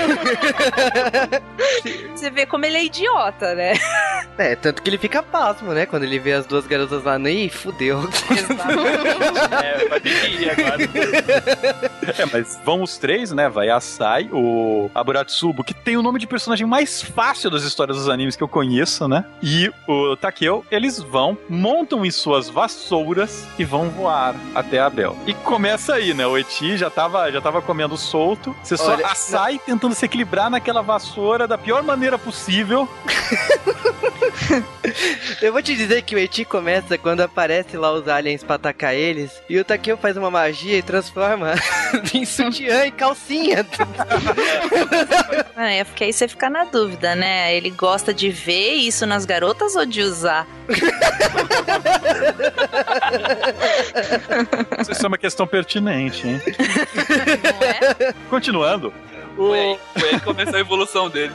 Você vê como ele é idiota, né?
Tanto que ele fica pasmo, né? Quando ele vê as duas garotas lá, e fudeu.
Vai ter que ir agora. Mas vão os três, né? Vai a Sai, o Aburatsubo, que tem o nome de personagem mais fácil das histórias dos animes que eu conheço, né? E o Takeo, eles montam em suas vassouras e vão voar até a Bel. E começa aí, né? O Eti já tava comendo solto. Você só a Sai tentando se equilibrar naquela vassoura da pior maneira possível.
Eu vou te dizer que o Eti começa quando aparece lá os aliens pra atacar eles e o Takeo faz uma magia e transforma em sutiã e calcinha.
É porque aí você fica na dúvida, né? Ele gosta de ver isso nas garotas ou de usar?
Isso é uma questão pertinente, hein?
Não é?
Continuando.
Foi aí que começou a evolução dele.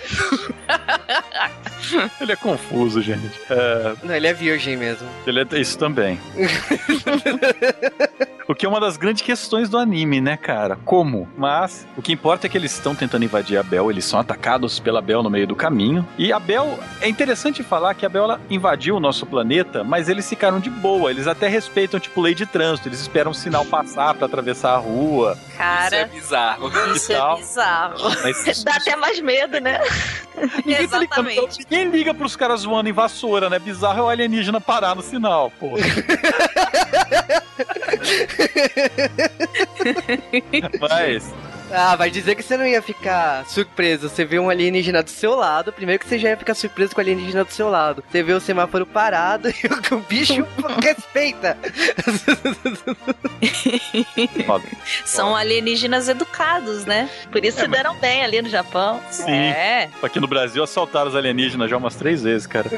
Ele é confuso, gente.
Não, ele é virgem mesmo.
Ele é isso também. O que é uma das grandes questões do anime, né, cara? Como? Mas o que importa é que eles estão tentando invadir a Bel, eles são atacados pela Bel no meio do caminho. E a Bel, é interessante falar que a Bel ela invadiu o nosso planeta, mas eles ficaram de boa, eles até respeitam, tipo, lei de trânsito, eles esperam o sinal passar pra atravessar a rua.
Cara,
isso é bizarro.
Isso é bizarro.
Mas
Dá até mais medo, né?
Exatamente.
Ninguém liga pros caras voando em vassoura, né? Bizarro é o alienígena parar no sinal, pô. Mas...
Ah, vai dizer que você não ia ficar surpreso. Você vê um alienígena do seu lado. Primeiro que você já ia ficar surpreso com o alienígena do seu lado. Você vê o semáforo parado e o bicho respeita.
São alienígenas educados, né?
Por isso se deram bem ali no Japão.
Sim.
É.
Aqui no Brasil assaltaram os alienígenas já umas 3 vezes, cara.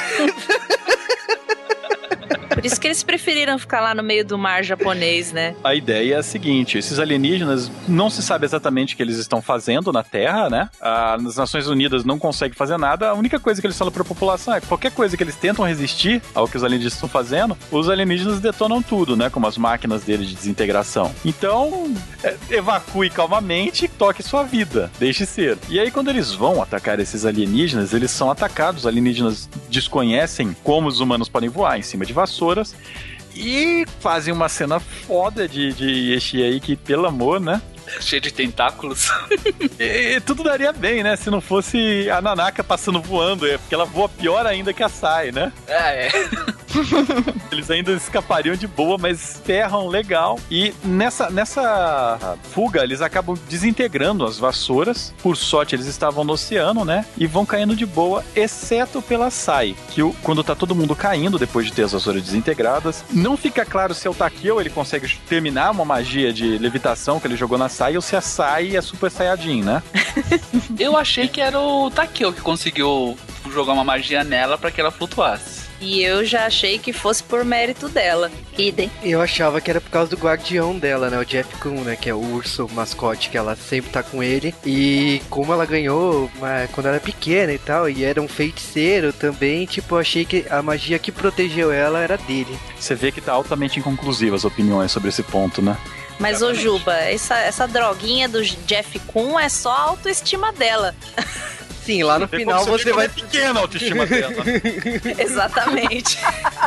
Por isso que eles preferiram ficar lá no meio do mar japonês, né?
A ideia é a seguinte, esses alienígenas não se sabe exatamente o que eles estão fazendo na Terra, né? As Nações Unidas não conseguem fazer nada, a única coisa que eles falam para a população é que qualquer coisa que eles tentam resistir ao que os alienígenas estão fazendo, os alienígenas detonam tudo, né? Como as máquinas deles de desintegração. Então, evacue calmamente e toque sua vida, deixe ser. E aí quando eles vão atacar esses alienígenas, eles são atacados, os alienígenas desconhecem como os humanos podem voar em cima de vassouras, e fazem uma cena foda de Yeshi aí, que pelo amor, né?
Cheio de tentáculos.
E tudo daria bem, né? Se não fosse a Nanaka passando voando, porque ela voa pior ainda que a Sai, né?
É.
Eles ainda escapariam de boa, mas ferram legal. E nessa fuga, eles acabam desintegrando as vassouras. Por sorte, eles estavam no oceano, né? E vão caindo de boa, exceto pela Sai, que quando tá todo mundo caindo, depois de ter as vassouras desintegradas, não fica claro se é o Takeo, ele consegue terminar uma magia de levitação que ele jogou na Sai, ou se a Sai é Super Saiyajin, né?
Eu achei que era o Takeo que conseguiu jogar uma magia nela pra que ela flutuasse.
E eu já achei que fosse por mérito dela.
Idem.
Eu achava que era por causa do guardião dela, né? O Jeff Kun, né? Que é o urso mascote, que ela sempre tá com ele. E como ela ganhou quando era pequena e tal, e era um feiticeiro também, tipo, eu achei que a magia que protegeu ela era dele.
Você vê que tá altamente inconclusiva as opiniões sobre esse ponto, né?
Mas, ô Juba, essa droguinha do Jeff Kun é só a autoestima dela.
Sim, lá no final você vai...
pequena a autoestima dela.
Exatamente.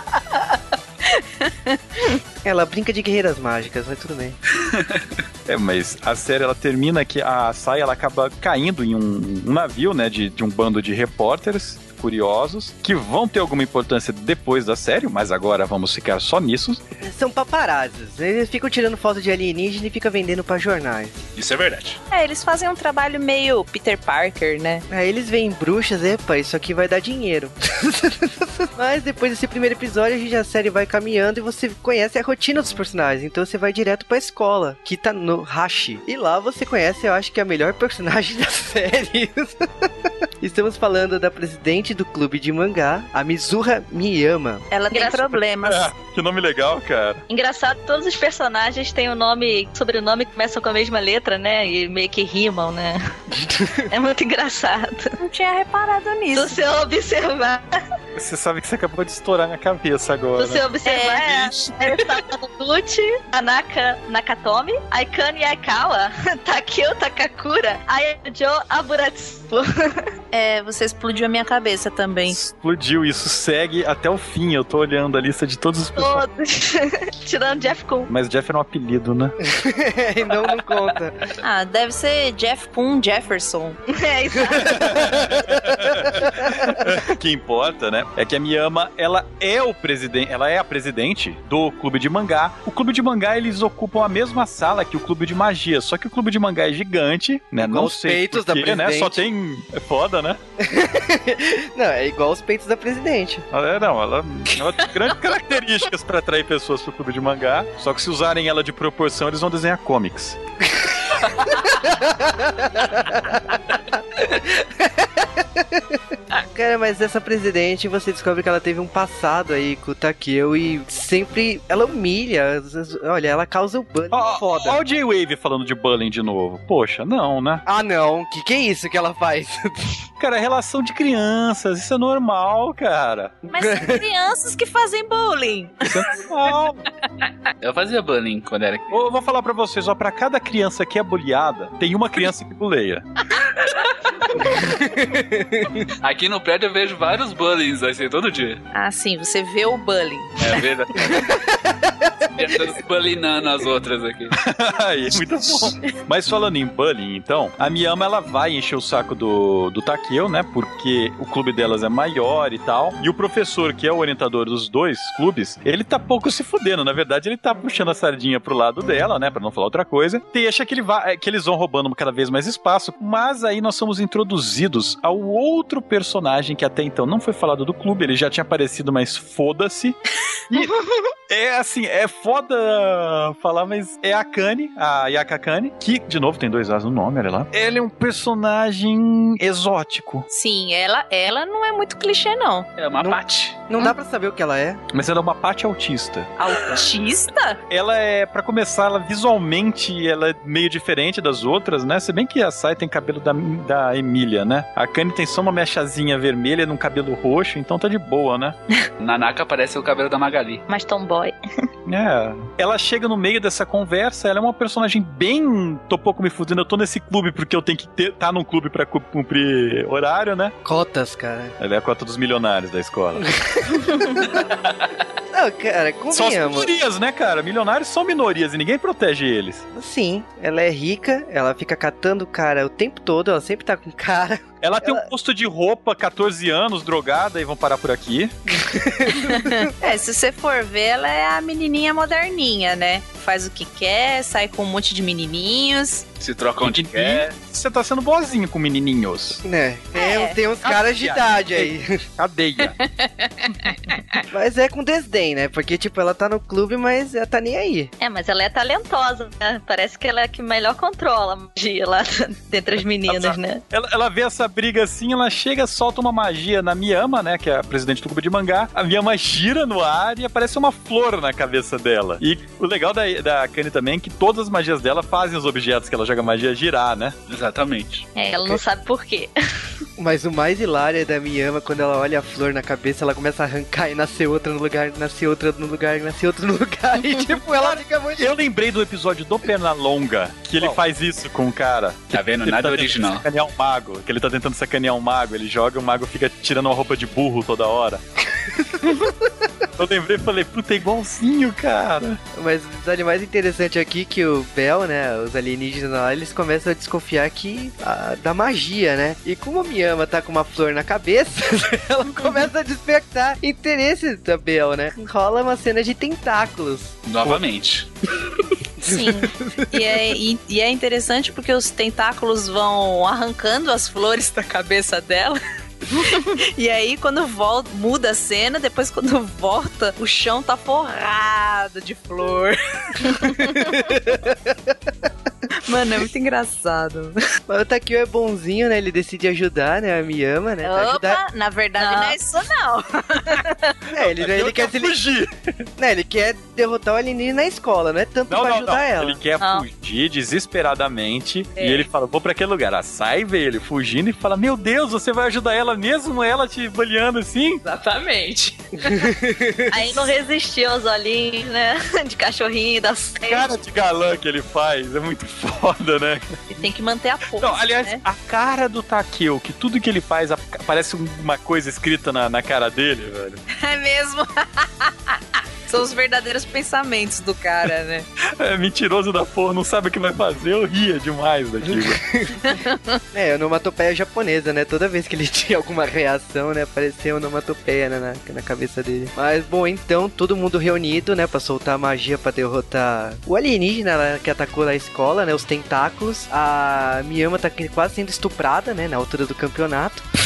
Ela brinca de guerreiras mágicas, mas tudo bem.
Mas a série, ela termina que a Sai, ela acaba caindo em um navio, né, de um bando de repórteres curiosos, que vão ter alguma importância depois da série, mas agora vamos ficar só nisso.
São paparazzos. Eles ficam tirando foto de alienígena e ficam vendendo pra jornais.
Isso é verdade.
Eles fazem um trabalho meio Peter Parker, né?
Aí eles veem bruxas, epa, isso aqui vai dar dinheiro. Mas depois desse primeiro episódio, a série vai caminhando e você conhece a rotina dos personagens. Então você vai direto pra escola, que tá no Hashi. E lá você conhece, eu acho que a melhor personagem da série. Estamos falando da presidente do clube de mangá, a Mizuha Miyama.
Ela tem problemas.
Que nome legal, cara.
Engraçado, todos os personagens têm o nome, sobrenome que começam com a mesma letra, né? E meio que rimam, né? É muito engraçado.
Não tinha reparado nisso.
Se você observar...
Você sabe que você acabou de estourar minha cabeça agora.
Se você observar, Gucci, Tanaka Nakatomi, Aikane Aikawa, Takeo Takakura, Ayajo Aburatsu.
Você explodiu a minha cabeça também.
Explodiu, isso segue até o fim. Eu tô olhando a lista de todos os
personagens. Tirando Jeff Kun.
Mas Jeff era um apelido, né?
não conta.
Deve ser Jeff Kun Jefferson.
É isso.
O que importa, né? É que a Miyama, ela é a presidente do clube de mangá. O clube de mangá, eles ocupam a mesma sala que o clube de magia, só que o clube de mangá é gigante, né?
Igual
não
os
sei
peitos
porquê,
da presidente.
Né? Só tem... É foda, né?
Não, é igual os peitos da presidente.
Ela tem grandes características pra atrair pessoas pro clube de mangá, só que se usarem ela de proporção, eles vão desenhar comics.
Cara, mas essa presidente, você descobre que ela teve um passado aí com o Takeo e sempre ela humilha. Olha, ela causa o bullying foda.
Olha o J-Wave falando de bullying de novo. Poxa, não, né?
Ah, não. Que é isso que ela faz?
Cara, é relação de crianças. Isso é normal, cara.
Mas são crianças que fazem bullying.
Isso é normal.
Eu fazia bullying quando era criança.
Eu vou falar pra vocês, ó, pra cada criança que é bulliada, tem uma criança que buleia.
Aqui no prédio eu vejo vários bullyings, assim, todo dia.
Ah, sim, você vê o bullying.
É verdade. Bullyingando as outras aqui.
Aí, muito bom. Mas falando em bullying, então, a Miyama, ela vai encher o saco do Takeo, né? Porque o clube delas é maior e tal. E o professor, que é o orientador dos dois clubes, ele tá pouco se fudendo. Na verdade, ele tá puxando a sardinha pro lado dela, né? Pra não falar outra coisa. Deixa que eles vão roubando cada vez mais espaço. Mas aí nós somos introduzidos ao outro personagem que até então não foi falado do clube. Ele já tinha aparecido, mas foda-se. E é assim, é foda falar, mas é a Akane, a Ayaka Akane, que, de novo, tem 2 As no nome, olha lá. Ela é um personagem exótico.
Sim, ela não é muito clichê, não.
É uma Paty.
Não dá pra saber o que ela é.
Mas ela é uma Paty autista.
Autista?
Ela é, pra começar, ela visualmente, ela é meio diferente das outras, né? Se bem que a Sai tem cabelo da Emília, né? A Akane tem só uma mechazinha vermelha num cabelo roxo, então tá de boa, né?
Nanaka parece o cabelo da Magali.
Mas tomboy.
É. Ela chega no meio dessa conversa, ela é uma personagem bem... Tô pouco me fudendo, eu tô nesse clube porque eu tenho que tá num clube pra cumprir horário, né?
Cotas, cara.
Ela é a cota dos milionários da escola.
Não, cara,
São as
convenhamos.
minorias, né, cara? Milionários são minorias e ninguém protege eles.
Sim, ela é rica, ela fica catando cara o tempo todo, ela sempre tá com cara.
Ela tem um posto de roupa, 14 anos, drogada, e vão parar por aqui.
É, se você for ver, ela é a menininha moderninha, né? Faz o que quer, sai com um monte de menininhos.
Se troca onde quer.
Você tá sendo boazinho com menininhos.
Né, tem uns caras de idade aí.
Cadeia.
Mas é com desdém, né? Porque, tipo, ela tá no clube, mas ela tá nem aí.
É, mas ela é talentosa, né? Parece que ela é a que melhor controla a magia lá entre as meninas, né?
Ela vê essa briga assim, ela chega, solta uma magia na Miyama, né? Que é a presidente do clube de mangá. A Miyama gira no ar e aparece uma flor na cabeça dela. E o legal da Akane também é que todas as magias dela fazem os objetos que ela joga magia girar, né?
Exatamente.
É, ela não sabe por quê.
Mas o mais hilário é da Miyama, quando ela olha a flor na cabeça, ela começa a arrancar e nascer outra no lugar, nascer outra no lugar, nascer outra no lugar. E tipo, ela fica muito...
Eu lembrei do episódio do Pernalonga, que ele faz isso com o cara.
Tá vendo?
Ele
Nada
tá
original.
tentando sacanear um mago, que ele tá tentando sacanear um mago, ele joga, o mago fica tirando uma roupa de burro toda hora. Eu lembrei e falei, puta, é igualzinho, cara.
Mas o detalhe mais interessante aqui que o Bel, né, os alienígenas lá, eles começam a desconfiar da magia, né? E como a Miyama tá com uma flor na cabeça, ela começa a despertar interesse da Bel, né? Rola uma cena de tentáculos.
Novamente.
Sim. E é interessante porque os tentáculos vão arrancando as flores da cabeça dela. E aí quando muda a cena, depois quando volta, o chão tá forrado de flor. Mano, é muito engraçado.
Mas o Takeo é bonzinho, né? Ele decide ajudar, né? A Miyama, né?
Opa, na verdade não é isso não.
Ele quer
fugir.
Né, ele quer derrotar o alienígena na escola, não é tanto pra ajudar ela.
Ele quer fugir desesperadamente e ele fala, vou pra aquele lugar. A Sai vê ele fugindo e fala, meu Deus, você vai ajudar ela mesmo? Ela te bullyando assim?
Exatamente.
Aí não resistiu aos olhinhos, né? De cachorrinho da série.
Cara de galã que ele faz, é muito foda, né?
E tem que manter a pose.
Não, aliás,
né?
a cara do Takeo, que tudo que ele faz parece uma coisa escrita na cara dele, velho.
É mesmo. São os verdadeiros pensamentos do cara, né?
É mentiroso da porra, não sabe o que vai fazer, eu ria demais daquilo.
É, onomatopeia japonesa, né? Toda vez que ele tinha alguma reação, né? Aparecia onomatopeia, né? Na cabeça dele. Mas, bom, então, todo mundo reunido, né? Pra soltar a magia pra derrotar o alienígena lá, que atacou a escola, né? Os tentáculos. A Miyama tá quase sendo estuprada, né? Na altura do campeonato.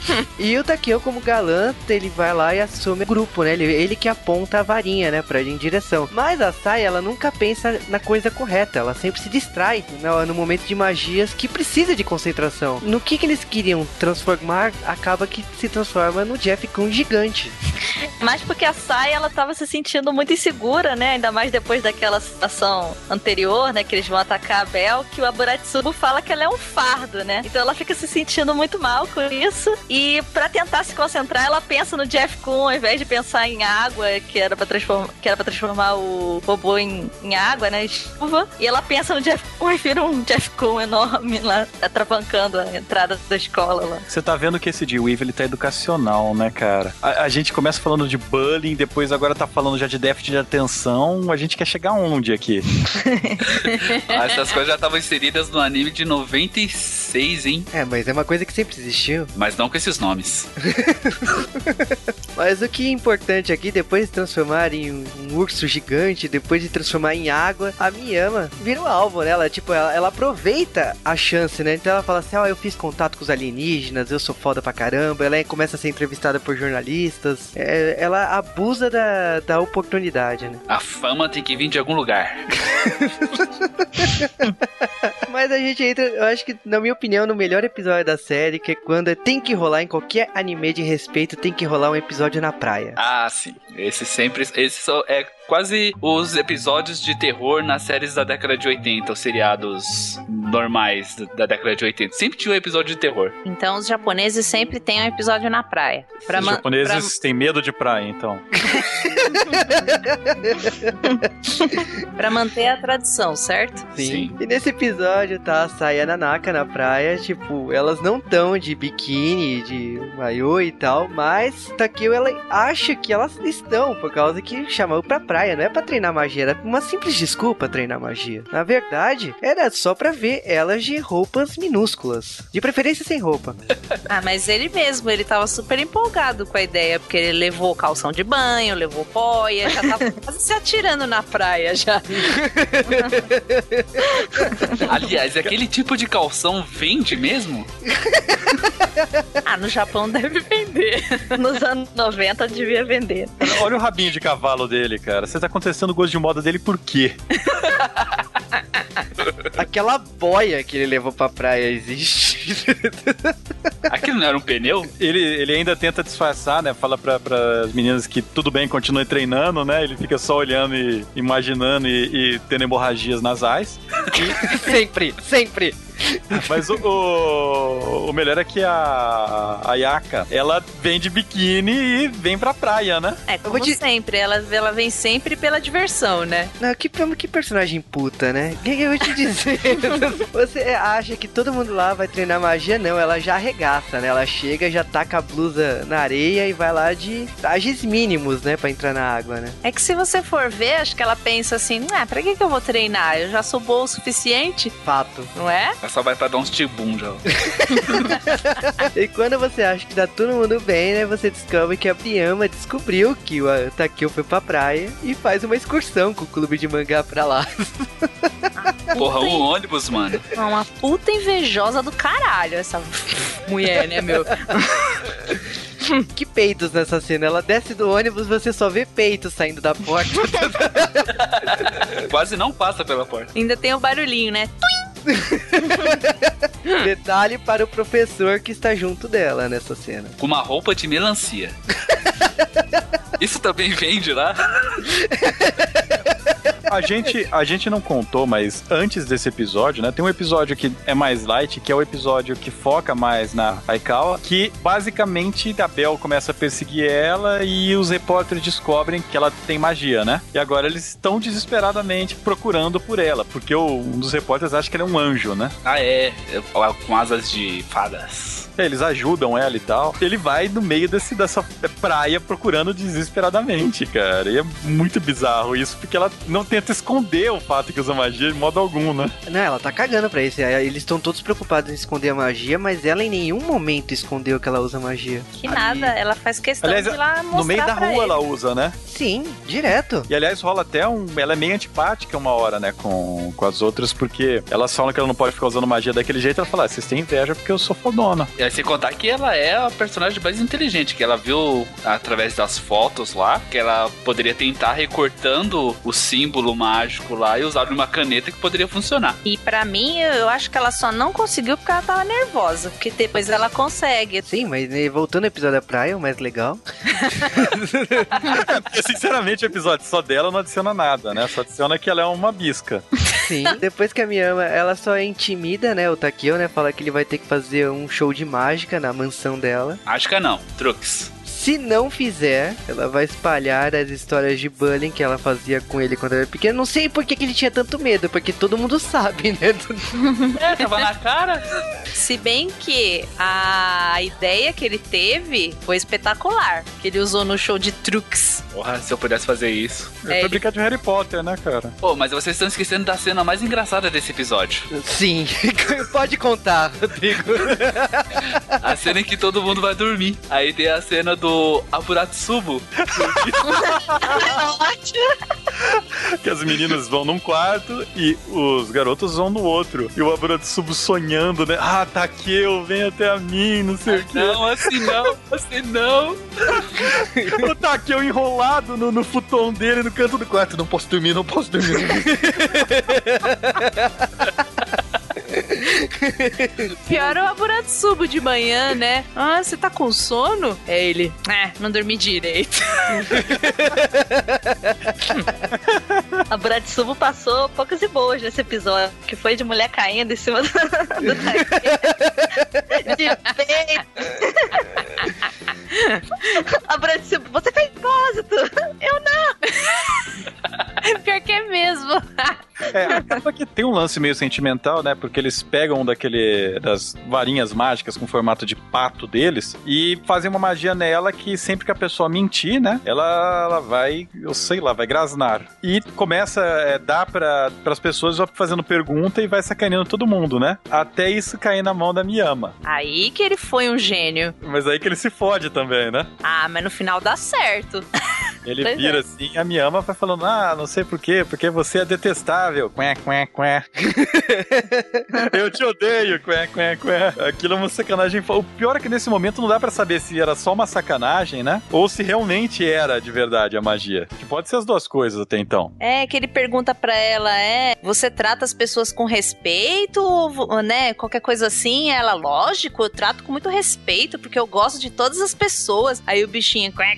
E o Takeo, como galã, ele vai lá e assume o grupo, né? Ele que aponta a varinha, né, pra ir em direção. Mas a Sai, ela nunca pensa na coisa correta. Ela sempre se distrai no momento de magias que precisa de concentração. No que eles queriam transformar, acaba que se transforma no Jeff Kun gigante.
Mas porque a Sai, ela tava se sentindo muito insegura, né? Ainda mais depois daquela situação anterior, né? Que eles vão atacar a Bel, que o Aburatsubo fala que ela é um fardo, né? Então ela fica se sentindo muito mal com isso. E pra tentar se concentrar, ela pensa no Jeff Kun, ao invés de pensar em água, que era pra transformar o robô em água, né? Chuva. E ela pensa no Jeff Kun e vira um Jeff Kun enorme lá, atravancando a entrada da escola lá.
Você tá vendo que esse D-Wave, ele tá educacional, né, cara? A gente começa falando de bullying, depois agora tá falando já de déficit de atenção. A gente quer chegar onde aqui?
Essas coisas já estavam inseridas no anime de 96, hein?
Mas é uma coisa que sempre existiu.
Mas não com esses nomes.
Mas o que é importante aqui, depois de transformar em um urso gigante, depois de transformar em água, a Miyama vira o alvo, né? Ela aproveita a chance, né? Então ela fala assim, eu fiz contato com os alienígenas, eu sou foda pra caramba. Ela começa a ser entrevistada por jornalistas. Ela abusa da oportunidade, né?
A fama tem que vir de algum lugar.
Mas a gente entra, eu acho que, na minha opinião, no melhor episódio da série, que é quando tem que rolar em qualquer anime de respeito, tem que rolar um episódio na praia.
Ah, sim. Esse é quase os episódios de terror nas séries da década de 80, os seriados normais da década de 80. Sempre tinha um episódio de terror.
Então os japoneses sempre têm um episódio na praia.
Os japoneses têm medo de praia, então.
Pra manter a tradição, certo?
Sim. E nesse episódio tá a Sai e a Nanaka na praia, tipo, elas não tão de biquíni, de maiô e tal, mas Takeo, ela acha que elas estão, por causa que chamou pra praia, não é pra treinar magia, era uma simples desculpa treinar magia. Na verdade, era só pra ver elas de roupas minúsculas, de preferência sem roupa.
Mas ele tava super empolgado com a ideia, porque ele levou calção de banho, levou boia, já tava quase se atirando na praia já.
Aliás, aquele tipo de calção vende mesmo?
No Japão deve vender.
Nos anos 90 devia vender.
Olha o rabinho de cavalo dele, cara. Você tá contestando o gosto de moda dele por quê?
Aquela boia que ele levou pra praia existe.
Aquilo não era um pneu?
Ele ainda tenta disfarçar, né? Fala para as meninas que tudo bem, continue treinando, né? Ele fica só olhando e imaginando e tendo hemorragias nasais.
Sempre.
Mas o melhor é que a Yaka, ela vem de biquíni e vem pra praia, né?
Como sempre, ela vem sempre pela diversão, né?
Não, que personagem puta, né? O que eu vou te dizer? Você acha que todo mundo lá vai treinar magia? Não, ela já arregaça, né? Ela chega, já taca a blusa na areia e vai lá de trajes mínimos, né? Pra entrar na água, né?
É que se você for ver, acho que ela pensa assim, pra que eu vou treinar? Eu já sou boa o suficiente.
Fato.
Não é?
Ela só vai pra dar uns tibum já.
E quando você acha que tá todo mundo bem, né? Você descobre que a Miyama descobriu que o Takeo foi pra praia e faz uma excursão com o clube de mangá pra lá.
Porra, um ônibus, mano.
Uma puta invejosa do caralho, essa mulher, né, meu?
Que peitos nessa cena. Ela desce do ônibus, você só vê peitos saindo da porta.
Quase não passa pela porta.
Ainda tem o barulhinho, né?
Detalhe para o professor que está junto dela nessa cena.
Com uma roupa de melancia. Isso também vende lá?
A gente não contou, mas antes desse episódio, né? Tem um episódio que é mais light, que é o episódio que foca mais na Aikawa, que basicamente a Bel começa a perseguir ela e os repórteres descobrem que ela tem magia, né? E agora eles estão desesperadamente procurando por ela, porque um dos repórteres acha que ela é um anjo, né?
Com asas de fadas.
Eles ajudam ela e tal. Ele vai no meio dessa praia procurando desesperadamente, cara. E é muito bizarro isso, porque ela não tenta esconder o fato que usa magia de modo algum, né?
Não, ela tá cagando pra isso. Eles estão todos preocupados em esconder a magia, mas ela em nenhum momento escondeu que ela usa magia.
Que nada, ela faz questão
aliás,
de ir lá mostrar
no meio da rua
ele.
ela usa, né?
Sim, direto.
E aliás, rola até ela é meio antipática uma hora, né, com as outras, porque elas falam que ela não pode ficar usando magia daquele jeito. Ela fala, vocês têm inveja porque eu sou fodona.
sem contar que ela é a personagem mais inteligente, que ela viu através das fotos lá, que ela poderia tentar recortando o símbolo mágico lá e usar uma caneta que poderia funcionar.
E pra mim, eu acho que ela só não conseguiu porque ela tava nervosa, porque depois ela consegue.
Sim, mas voltando ao episódio da praia, o mais legal.
Sinceramente, o episódio só dela não adiciona nada, né? Só adiciona que ela é uma bisca.
Sim, depois que a Miyama, ela só intimida, né, o Takeo, né, fala que ele vai ter que fazer um show de mágica na mansão dela.
Mágica não, truques.
Se não fizer, ela vai espalhar as histórias de bullying que ela fazia com ele quando era pequeno. Não sei por que ele tinha tanto medo, porque todo mundo sabe, né?
Tava na cara.
Se bem que a ideia que ele teve foi espetacular, que ele usou no show de truques.
Porra, se eu pudesse fazer isso.
Foi brincar de Harry Potter, né, cara?
Pô, mas vocês estão esquecendo da cena mais engraçada desse episódio.
Sim, pode contar, Rodrigo.
A cena em que todo mundo vai dormir. Aí tem a cena do Aburatsubo.
Que as meninas vão num quarto e os garotos vão no outro. E o Aburatsubo sonhando, né? Ah, Takeo, vem até a mim, não sei o quê.
Não, assim não, assim não.
O Takeo enrolado no futon dele, no canto do quarto. Não posso dormir, não posso dormir.
Pior é o Aburatsubo de manhã, né? Ah, você tá com sono? É ele. Não dormi direito.
A Buratsubo passou poucas e boas nesse episódio, que foi de mulher caindo em cima do de peito. A Buratsubo, você fez propósito! Eu não!
Pior que é mesmo.
Acaba que tem um lance meio sentimental, né? Porque eles pegam das varinhas mágicas com formato de pato deles e fazem uma magia nela que sempre que a pessoa mentir, né? Ela vai, eu sei lá, vai grasnar. E começa a dar pras pessoas fazendo pergunta e vai sacaneando todo mundo, né? Até isso cair na mão da Miyama.
Aí que ele foi um gênio.
Mas aí que ele se fode também, né?
Ah, mas no final dá certo.
Ele vira assim, a Miyama vai falando, não sei por quê, porque você é detestável. Quê. Eu te odeio. Quê. Aquilo é uma sacanagem. O pior é que nesse momento não dá pra saber se era só uma sacanagem, né? Ou se realmente era de verdade a magia. Que pode ser as duas coisas até então.
É, que ele pergunta pra ela, você trata as pessoas com respeito, né? Qualquer coisa assim, ela, lógico, eu trato com muito respeito, porque eu gosto de todas as pessoas. Aí o bichinho, quê.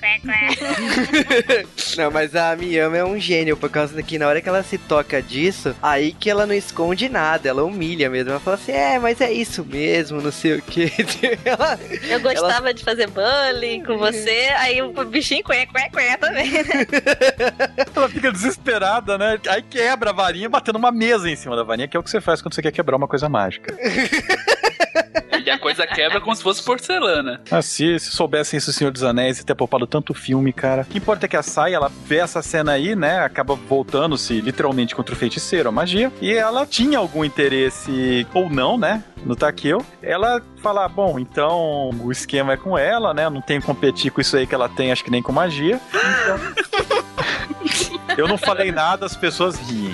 Não, mas a Miyama é um gênio, por causa que na hora que ela se toca disso, aí que ela não esconde nada, ela humilha mesmo. Ela fala assim, mas é isso mesmo, não sei o que.
Eu gostava de fazer bullying com você, aí o bichinho quê também, né?
Ela fica desesperada, né? Aí quebra a varinha batendo uma mesa em cima da varinha, que é o que você faz quando você quer quebrar uma coisa mágica.
E a coisa quebra como se fosse porcelana.
Se soubessem isso, Senhor dos Anéis, e ter poupado tanto filme, cara. O que importa é que a Sai, ela vê essa cena aí, né? Acaba voltando-se literalmente contra o feiticeiro, a magia. E ela tinha algum interesse, ou não, né? No Takeo. Ela fala, bom, então o esquema é com ela, né? Não tem que competir com isso aí que ela tem, acho que nem com magia. Então... Eu não falei nada, as pessoas riem.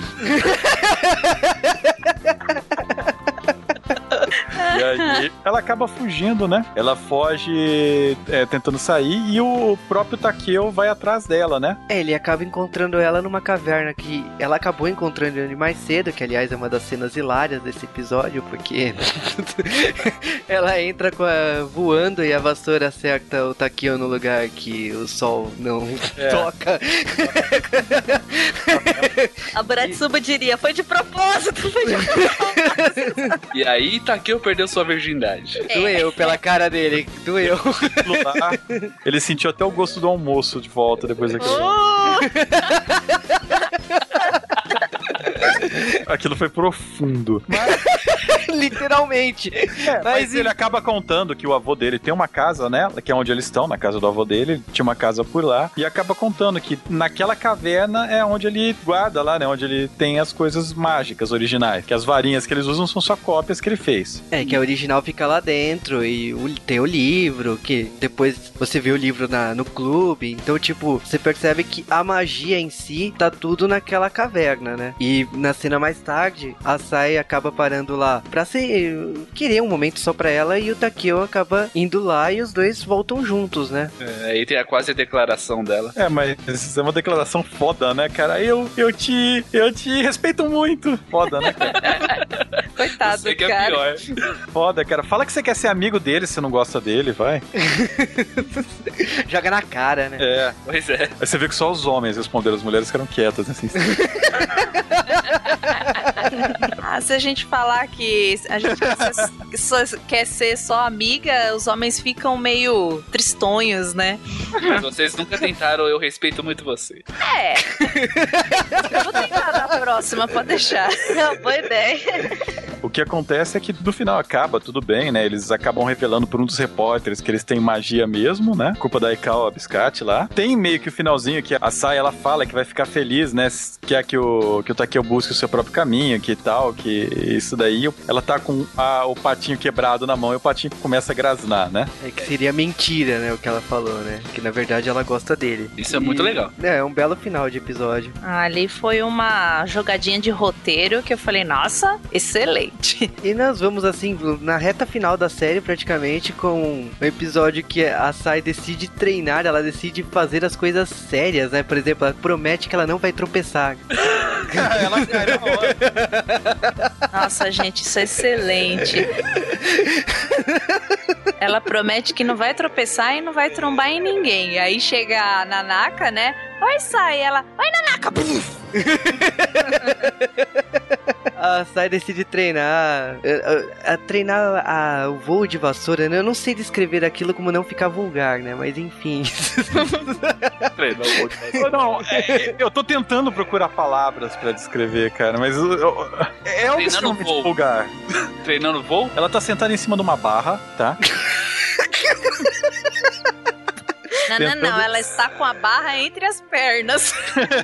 E aí ela acaba fugindo, né? Ela foge tentando sair e o próprio Takeo vai atrás dela, né?
Ele acaba encontrando ela numa caverna que ela acabou encontrando ele mais cedo, que aliás é uma das cenas hilárias desse episódio, porque ela entra voando e a vassoura acerta o Takeo no lugar que o sol não toca.
A Buratsubo diria, foi de propósito.
E aí Takeo perdeu sua virgindade.
Doeu pela cara dele, doeu.
Ele sentiu até o gosto do almoço de volta depois daquilo. Aquilo foi profundo.
Literalmente.
Mas ele acaba contando que o avô dele tem uma casa, né? Que é onde eles estão, na casa do avô dele. Tinha uma casa por lá. E acaba contando que naquela caverna é onde ele guarda lá, né? Onde ele tem as coisas mágicas originais. Que as varinhas que eles usam são só cópias que ele fez.
Que a original fica lá dentro. E tem o livro, que depois você vê o livro no clube. Então, tipo, você percebe que a magia em si tá tudo naquela caverna, né? E na cena mais tarde, a Sai acaba parando lá pra começa a querer um momento só pra ela e o Takeo acaba indo lá e os dois voltam juntos, né?
Aí tem quase a declaração dela.
Mas isso é uma declaração foda, né, cara? Eu te respeito muito. Foda, né, cara?
Coitado,
Você que
cara.
é pior.
Foda, cara. Fala que você quer ser amigo dele se não gosta dele, vai.
Joga na cara, né?
Pois é.
Aí você vê que só os homens responderam, as mulheres ficaram quietas, assim.
Se a gente falar que a gente quer ser só amiga, os homens ficam meio tristonhos, né?
Mas vocês nunca tentaram, eu respeito muito você.
Eu vou tentar na próxima, pode deixar.
Não, boa ideia.
O que acontece é que no final acaba, tudo bem, né? Eles acabam revelando por um dos repórteres que eles têm magia mesmo, né? Culpa da Aikawa Biscate lá. Tem meio que o finalzinho que a Sai, ela fala que vai ficar feliz, né? Quer que o Takeo busque o seu próprio caminho, que tal, que isso daí. Ela tá com o patinho quebrado na mão e o patinho começa a grasnar, né?
É que seria mentira, né, o que ela falou, né? Que na verdade ela gosta dele.
Isso é muito legal.
É um belo final de episódio.
Ali foi uma jogadinha de roteiro que eu falei, nossa, excelente.
E nós vamos, assim, na reta final da série, praticamente, com um episódio que a Sai decide treinar, ela decide fazer as coisas sérias, né? Por exemplo, ela promete que ela não vai tropeçar.
Ela cai na hora.
Nossa, gente, isso é excelente. Ela promete que não vai tropeçar e não vai trombar em ninguém. Aí chega a Nanaka, né? Oi, Sai. Ela, oi, Nanaka.
A Sai decide treinar o voo de vassoura, né? Eu não sei descrever aquilo como não ficar vulgar, né? Mas enfim.
Eu tô tentando procurar palavras pra descrever, cara, mas é algo extremamente vulgar.
Treinando voo?
Ela tá sentada em cima de uma barra, tá?
Não, ela está com a barra entre as pernas.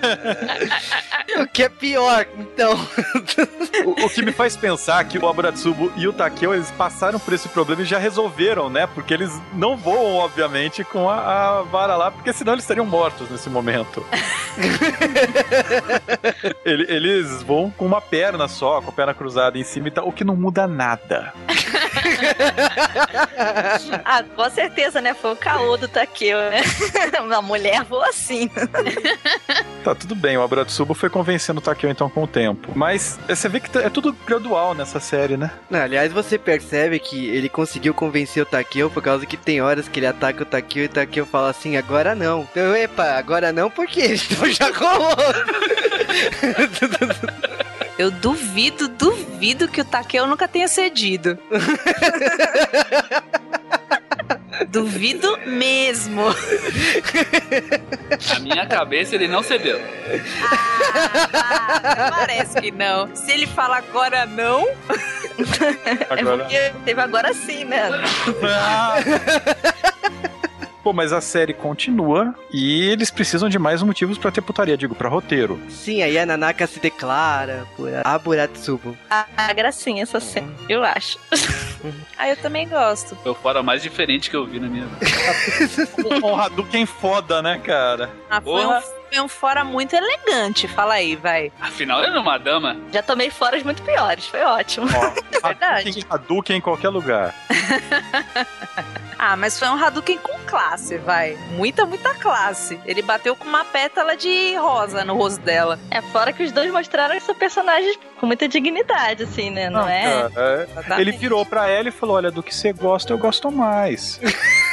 O que é pior, então.
O que me faz pensar que o Aburatsubo e o Takeo, eles passaram por esse problema e já resolveram, né? Porque eles não voam, obviamente, com a vara lá, porque senão eles estariam mortos nesse momento. Eles voam com uma perna só, com a perna cruzada em cima e tal, o que não muda nada.
Com certeza, né? Foi o caô do Takeo, né? Uma mulher voa assim.
Tá, tudo bem, o Aburatsubo foi convencendo o Takeo então com o tempo. Mas você vê que é tudo gradual nessa série, né?
Não, aliás, você percebe que ele conseguiu convencer o Takeo por causa que tem horas que ele ataca o Takeo e o Takeo fala assim, agora não. Então, epa, agora não porque então já rolou.
Eu duvido que o Takeo nunca tenha cedido. Duvido mesmo.
Na minha cabeça ele não cedeu.
Parece que não. Se ele fala agora não...
É porque teve agora sim, né?
Pô, mas a série continua e eles precisam de mais motivos pra ter putaria, digo, pra roteiro.
Sim, aí a Nanaka se declara por Aburatsubo.
Gracinha essa cena, eu acho.
Eu também gosto.
Foi o fora mais diferente que eu vi na minha vida.
Um Hadouken foda, né, cara?
Foi um fora muito elegante, fala aí, vai.
Afinal, ele é uma dama.
Já tomei foras muito piores, foi ótimo.
Verdade.
Hadouken em qualquer lugar.
Mas foi um Hadouken com classe, vai. Muita classe. Ele bateu com uma pétala de rosa no rosto dela.
Fora que os dois mostraram que são personagens com muita dignidade, assim, né? Não é?
Cara, ele virou pra ela e falou, olha, do que você gosta, eu gosto mais.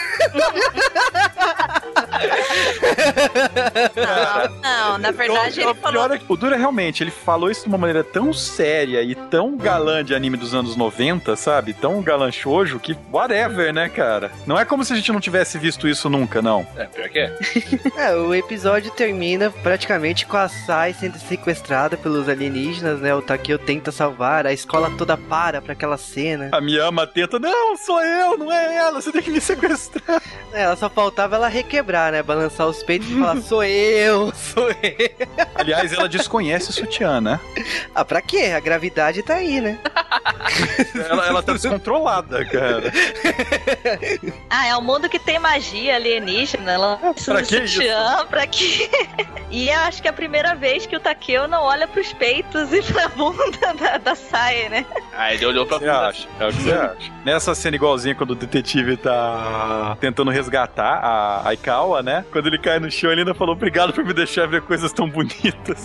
Não, na verdade ele falou...
O duro é realmente, ele falou isso de uma maneira tão séria e tão galã de anime dos anos 90, sabe? Tão galã shoujo que whatever, né, cara? Não é como se a gente não tivesse visto isso nunca, não.
Pior que é.
O episódio termina praticamente com a Sai sendo sequestrada pelos alienígenas, né? O Takeo tenta salvar, a escola toda para pra aquela cena.
A Miyama tenta, não, sou eu, não é ela, você tem que me sequestrar.
Ela só faltava ela requebrar, né? Balançar os peitos e falar, sou eu.
Aliás, ela desconhece o sutiã, né?
Pra quê? A gravidade tá aí, né?
Ela tá descontrolada, cara.
É um mundo que tem magia alienígena. Ela
Pra que isso?
Pra quê? E eu acho que é a primeira vez que o Takeo não olha pros peitos e pra bunda da saia, né?
Ele olhou pra
Você
bunda.
acha? É o que você acha. Nessa cena igualzinha, quando o detetive tá tentando resgatar a Aikawa, né? Quando ele cai no chão, ele ainda falou obrigado por me deixar ver coisas tão bonitas.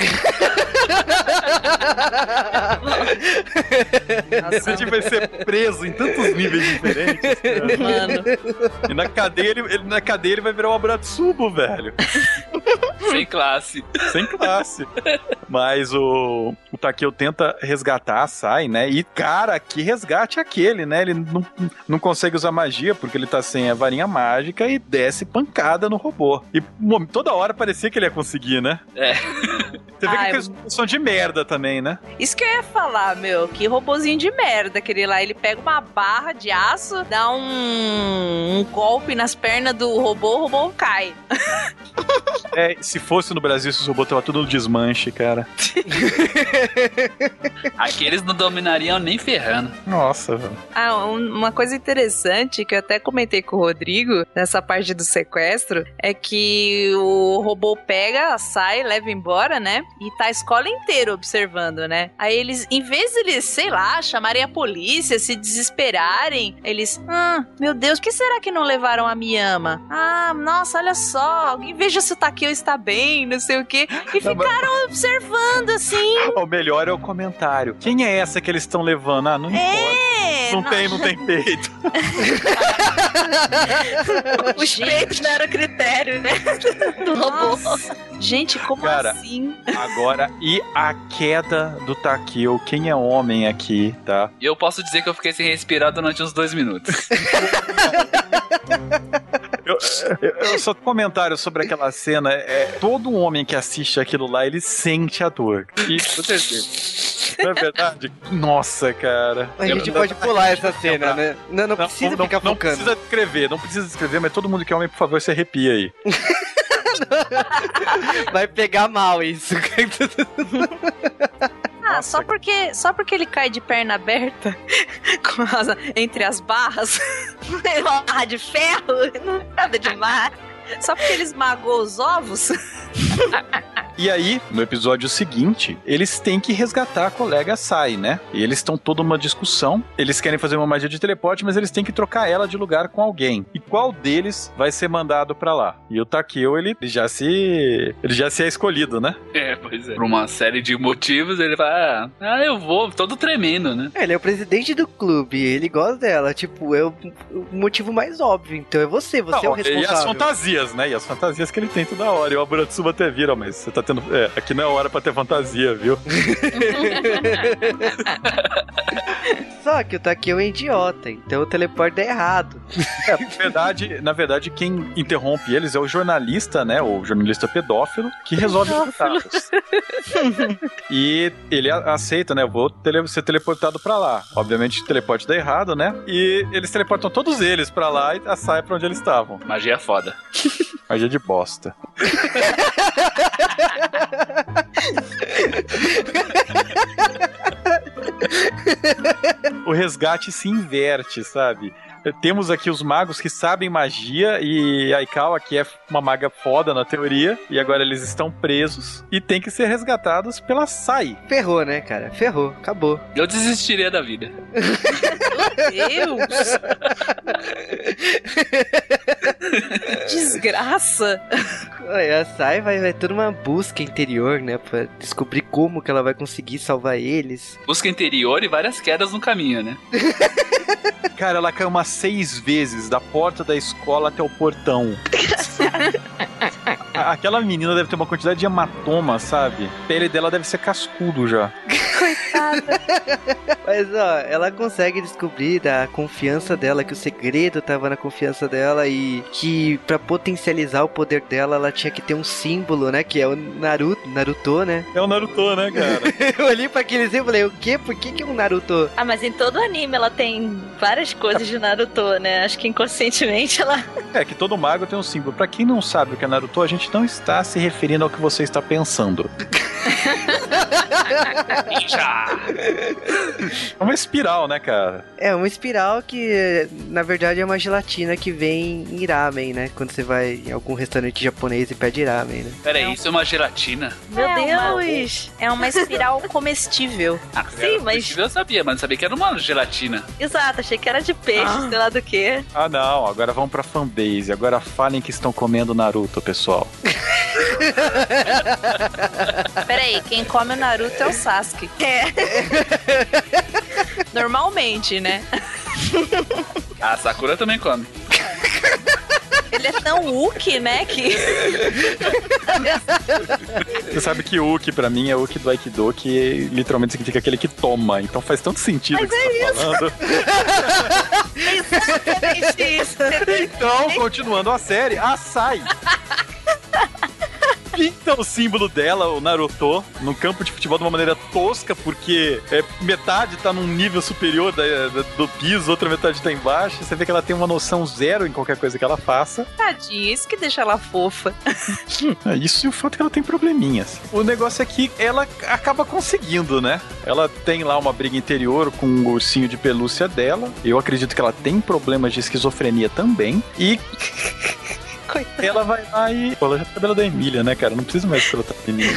Nossa,
A gente vai ser preso em tantos níveis diferentes, cara.
mano.
E na cadeia ele vai virar o Abratsubo, velho.
Sem classe.
Sem classe. Mas o Takeo tenta resgatar a Sai, né? E, cara, que resgate é aquele, né? Ele não consegue usar magia porque ele tá sem a varinha mágica e desce pancada no robô. E toda hora parecia que ele ia conseguir, né?
É.
Você vê que
Ai,
eles são de merda também, né?
Isso que eu ia falar, meu, que robozinho de merda aquele lá. Ele pega uma barra de aço, dá um golpe nas pernas do robô, o robô cai.
Se fosse no Brasil, esses robôs estavam tudo no desmanche, cara.
Aqui eles não dominariam nem ferrando.
Nossa, velho.
Uma coisa interessante que eu até comentei com o Rodrigo nessa parte do sequestro é que o robô pega, sai, leva embora, né? E tá a escola inteira observando, né? Aí eles, em vez de eles, sei lá, chamarem a polícia, se desesperarem, eles, meu Deus, o que será que não levaram a Miyama? Nossa, olha só, veja se o Takeo está bem, não sei o quê. E ficaram observando, assim.
O melhor é o comentário. Quem é essa que eles estão levando? Não importa. Não tem peito.
Os peitos não eram critério, né? Do robô.
Gente, como
Cara,
assim?
Agora, e a queda do Takeo? Quem é homem aqui, tá?
E eu posso dizer que eu fiquei sem respirar durante uns 2 minutos.
Eu só comentário sobre aquela cena. Todo homem que assiste aquilo lá, ele sente a dor. E, com certeza. Não é verdade? Nossa, cara.
A gente pode pular essa cena, né? Não precisa ficar focando.
Não precisa descrever, mas todo mundo que é homem, por favor, se arrepia aí.
Vai pegar mal isso.
Só porque ele cai de perna aberta entre as barras.
Barra de ferro, nada demais.
Só porque ele esmagou os ovos.
E aí, no episódio seguinte, eles têm que resgatar a colega Sai, né? E eles estão toda uma discussão. Eles querem fazer uma magia de teleporte, mas eles têm que trocar ela de lugar com alguém. E qual deles vai ser mandado pra lá? E o Takeo, ele já se é escolhido, né?
Pois é. Por uma série de motivos, ele vai, eu vou, todo tremendo, né?
Ele é o presidente do clube, ele gosta dela. Tipo, é o motivo mais óbvio. Então é você é o responsável.
E as fantasias, né? E as fantasias que ele tem toda hora. E o Aburatsuba até vira, mas você tá tendo... aqui não é hora pra ter fantasia, viu?
Só que o Takeo é idiota, então o teleporte dá errado.
Na verdade, quem interrompe eles é o jornalista, né? O jornalista pedófilo, que resolve os dados. E ele aceita, né? Eu vou ser teleportado pra lá. Obviamente, o teleporte dá errado, né? E eles teleportam todos eles pra lá e a Sai pra onde eles estavam.
Magia foda.
Magia de bosta. O resgate se inverte, sabe? Temos aqui os magos que sabem magia e a Aikawa, que é uma maga foda na teoria, e agora eles estão presos e tem que ser resgatados pela Sai.
Ferrou, né, cara? Ferrou. Acabou.
Eu desistiria da vida.
Meu Deus! Desgraça!
A Sai vai ter uma busca interior, né? Pra descobrir como que ela vai conseguir salvar eles.
Busca interior e várias quedas no caminho, né?
Cara, ela caiu umas 6 vezes da porta da escola até o portão. Aquela menina deve ter uma quantidade de hematoma, sabe? A pele dela deve ser cascudo já.
Coitada.
Mas, ó, ela consegue descobrir da confiança dela, que o segredo tava na confiança dela e que pra potencializar o poder dela, ela tinha que ter um símbolo, né? Que é o Naruto, né?
É o Naruto, né, cara?
Eu olhei pra aquele símbolo e falei, o quê? Por que é um Naruto?
Mas em todo anime ela tem várias coisas de Naruto, né? Acho que inconscientemente ela...
É, que todo mago tem um símbolo. Pra quem não sabe o que é Naruto, a gente não está se referindo ao que você está pensando. É uma espiral, né, cara?
É uma espiral que, na verdade, é uma gelatina que vem em ramen, né? Quando você vai em algum restaurante japonês e pede ramen, né?
Peraí, isso é uma gelatina?
Meu Deus!
É uma espiral comestível.
Ah,
Sim, mas...
Eu sabia, mas não sabia que era uma gelatina.
Exato, achei que era de peixe, sei lá do que.
Ah, não, agora vamos pra fanbase. Agora falem que estão comendo Naruto, pessoal.
Peraí, quem come o Naruto é o Sasuke. Normalmente, né?
A Sakura também come.
Ele é tão Uki, né, que...
Você sabe que Uki, pra mim, é Uki do Aikido, que literalmente significa aquele que toma. Então faz tanto sentido o que você tá falando.
Exatamente isso.
Então, continuando a série, a Sai pinta o símbolo dela, o Naruto, no campo de futebol de uma maneira tosca, porque metade tá num nível superior do piso, outra metade tá embaixo. Você vê que ela tem uma noção zero em qualquer coisa que ela faça.
Tadinha, isso que deixa ela fofa.
Isso e o fato que ela tem probleminhas. O negócio é que ela acaba conseguindo, né? Ela tem lá uma briga interior com o ursinho de pelúcia dela. Eu acredito que ela tem problemas de esquizofrenia também. E... ela vai lá e... Pô, ela já tá cabelo da Emília, né, cara? Não precisa mais tratar a menina.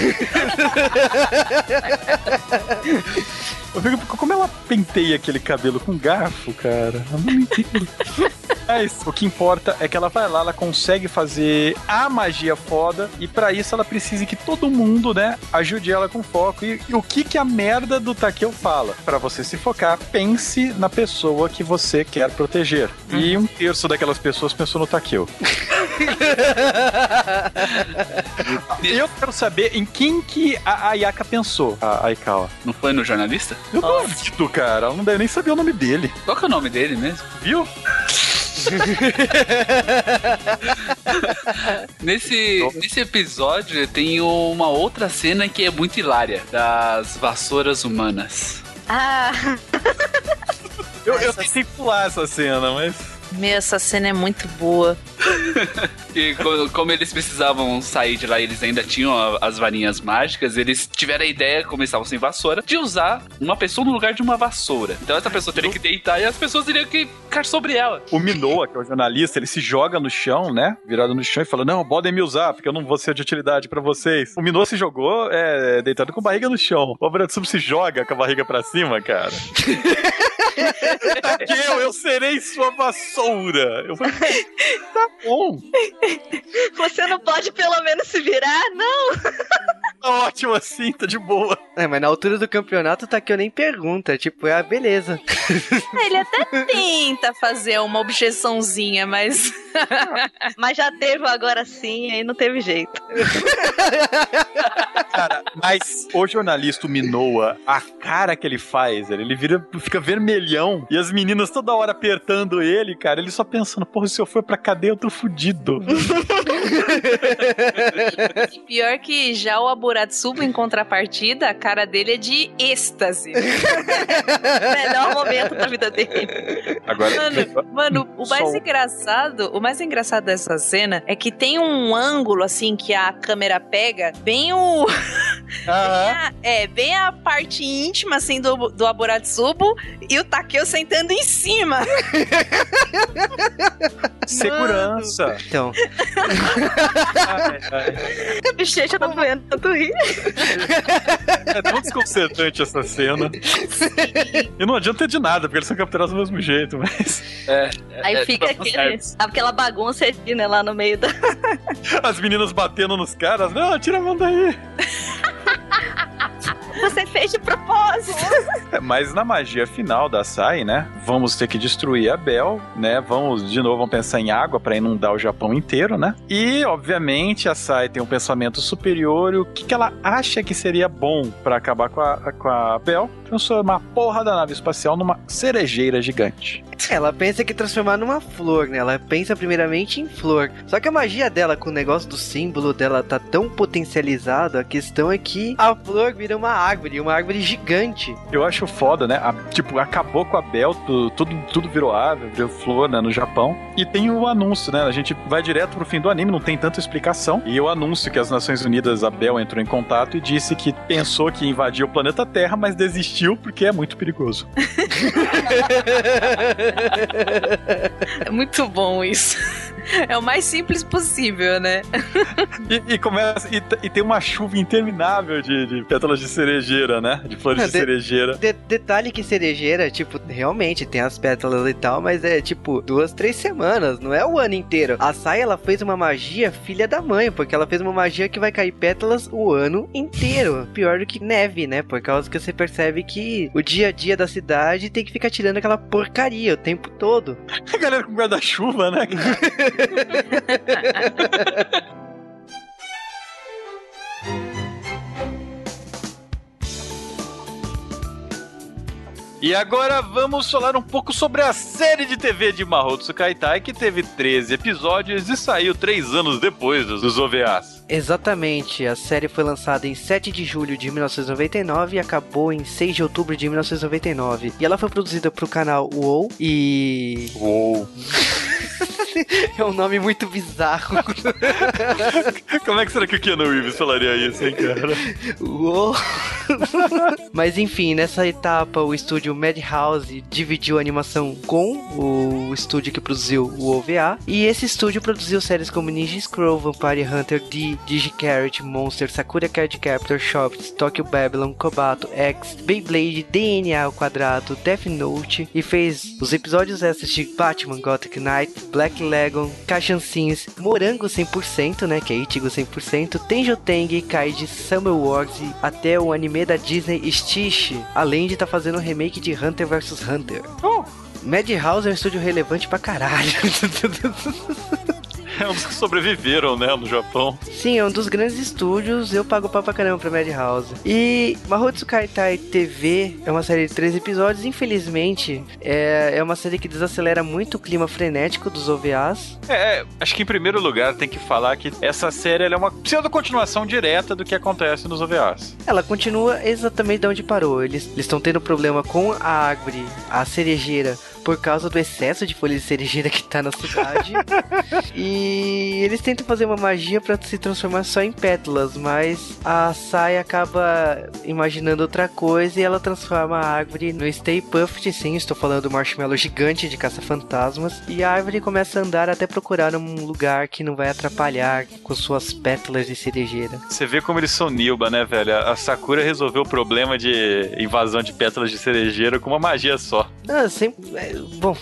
Eu fico, como ela penteia aquele cabelo com garfo, cara? Eu não entendo. Mas o que importa é que ela vai lá, ela consegue fazer a magia foda, e pra isso ela precisa que todo mundo, né, ajude ela com foco. E o que a merda do Takeo fala? Pra você se focar, pense na pessoa que você quer proteger. E 1/3 daquelas pessoas pensou no Takeo. Eu quero saber em quem que a Ayaka pensou, a Aikawa.
Não foi no jornalista?
Eu duvido, cara. Ela não deve nem saber o nome dele.
Qual que é o nome dele mesmo?
Viu?
Nesse episódio tem uma outra cena que é muito hilária, das vassouras humanas.
Eu tentei pular essa cena, mas...
Meu, essa cena é muito boa.
E como eles precisavam sair de lá, eles ainda tinham as varinhas mágicas, eles tiveram a ideia, como eles estavam sem vassoura, de usar uma pessoa no lugar de uma vassoura. Então essa pessoa teria que deitar e as pessoas teriam que ficar sobre ela. O Minoa, que é o jornalista, ele se joga no chão, né? Virado no chão e fala, não, podem me usar, porque eu não vou ser de utilidade pra vocês. O Minoa se jogou deitado com a barriga no chão. O Aburatsubo se joga com a barriga pra cima, cara. Eu serei sua vassoura. Eu falei, tá bom.
Você não pode pelo menos se virar? Não.
Tá ótimo assim, tá de boa.
Mas na altura do campeonato tá que eu nem pergunta. Tipo, beleza.
Ele até tenta fazer uma objeçãozinha, mas...
Mas já teve agora sim, aí não teve jeito.
Cara, mas o jornalista, o Minoa, a cara que ele faz, ele fica vermelhão, e as meninas toda hora apertando ele, cara, ele só pensando, porra, se eu for pra cadeia eu tô fudido.
Pior que já o Aburatsubo, em contrapartida, a cara dele é de êxtase.
Melhor momento da vida dele.
Agora,
mano, o mais engraçado dessa cena é que tem um ângulo, assim, que a câmera pega bem o... bem a parte íntima, assim, do Aburatsubo, e o Takeo sentando em cima.
Segurança.
Então.
Bichecha tá doendo tanto rir.
É tão desconcertante essa cena. E não adianta de nada, porque eles são capturados do mesmo jeito, mas...
Aí fica aquela bagunça né, lá no meio da...
As meninas batendo nos caras. Não, tira a mão daí.
Você fez de propósito.
Mas na magia final da Sai, né? Vamos ter que destruir a Bel, né? Vamos pensar em água pra inundar o Japão inteiro, né? E, obviamente, a Sai tem um pensamento superior. E o que ela acha que seria bom pra acabar com a Bel? Transformar a porra da nave espacial numa cerejeira gigante.
Ela pensa que transformar numa flor, né? Ela pensa primeiramente em flor. Só que a magia dela, com o negócio do símbolo dela tá tão potencializado, a questão é que a flor vira uma árvore gigante.
Eu acho foda, né? Tipo, acabou com a Bel, tudo virou árvore, virou flor, né, no Japão. E tem o anúncio, né? A gente vai direto pro fim do anime, não tem tanta explicação. E o anúncio que as Nações Unidas, a Bel entrou em contato e disse que pensou que invadia o planeta Terra, mas desistiu porque é muito perigoso.
É muito bom isso. É o mais simples possível, né?
E tem uma chuva interminável de pétalas de cerejeira, né? De flores de cerejeira.
Detalhe que cerejeira, tipo, realmente tem as pétalas e tal, mas é tipo 2, 3 semanas, não é o ano inteiro. A Sai, ela fez uma magia filha da mãe, porque ela fez uma magia que vai cair pétalas o ano inteiro. Pior do que neve, né? Por causa que você percebe que o dia a dia da cidade tem que ficar tirando aquela porcaria o tempo todo.
A galera com guarda-chuva, né? E agora vamos falar um pouco sobre a série de TV de Mahou Tsukaitai, que teve 13 episódios e saiu 3 anos depois dos OVAs.
Exatamente, a série foi lançada em 7 de julho de 1999 e acabou em 6 de outubro de 1999. E ela foi produzida pro canal UOL e...
UOL...
É um nome muito bizarro.
Como é que será que o Keanu Reeves falaria isso, hein, cara?
Uou. Mas enfim, nessa etapa o estúdio Madhouse dividiu a animação com o estúdio que produziu o OVA. E esse estúdio produziu séries como Ninja Scroll, Vampire Hunter D, Digicarrot, Monster, Sakura Card Captor, Shops, Tokyo Babylon, Kobato, X, Beyblade, DNA ao quadrado, Death Note. E fez os episódios extras de Batman, Gothic Knight, Black Lagoon, Kashansins, Morango 100%, né, que é Ichigo 100%, Tenjo Teng, Kaiji, Summer Wars e até o anime da Disney Stitch, além de estar fazendo um remake de Hunter vs Hunter. Madhouse é um estúdio relevante pra caralho.
É um dos que sobreviveram, né, no Japão.
Sim, é um dos grandes estúdios. Eu pago pau pra caramba pra Madhouse. E Mahou Tsukaitai TV é uma série de 13 episódios. Infelizmente, é uma série que desacelera muito o clima frenético dos OVAs.
Acho que em primeiro lugar tem que falar que essa série ela é uma pseudo-continuação direta do que acontece nos OVAs.
Ela continua exatamente de onde parou. Eles estão tendo problema com a árvore, a cerejeira, por causa do excesso de folhas de cerejeira que tá na cidade. E eles tentam fazer uma magia pra se transformar só em pétalas, mas a Sai acaba imaginando outra coisa e ela transforma a árvore no Stay Puft. Sim, estou falando do marshmallow gigante de caça-fantasmas. E a árvore começa a andar até procurar um lugar que não vai atrapalhar com suas pétalas de cerejeira.
Você vê como eles são Nilba, né, velho? A Sakura resolveu o problema de invasão de pétalas de cerejeira com uma magia só.
Bom...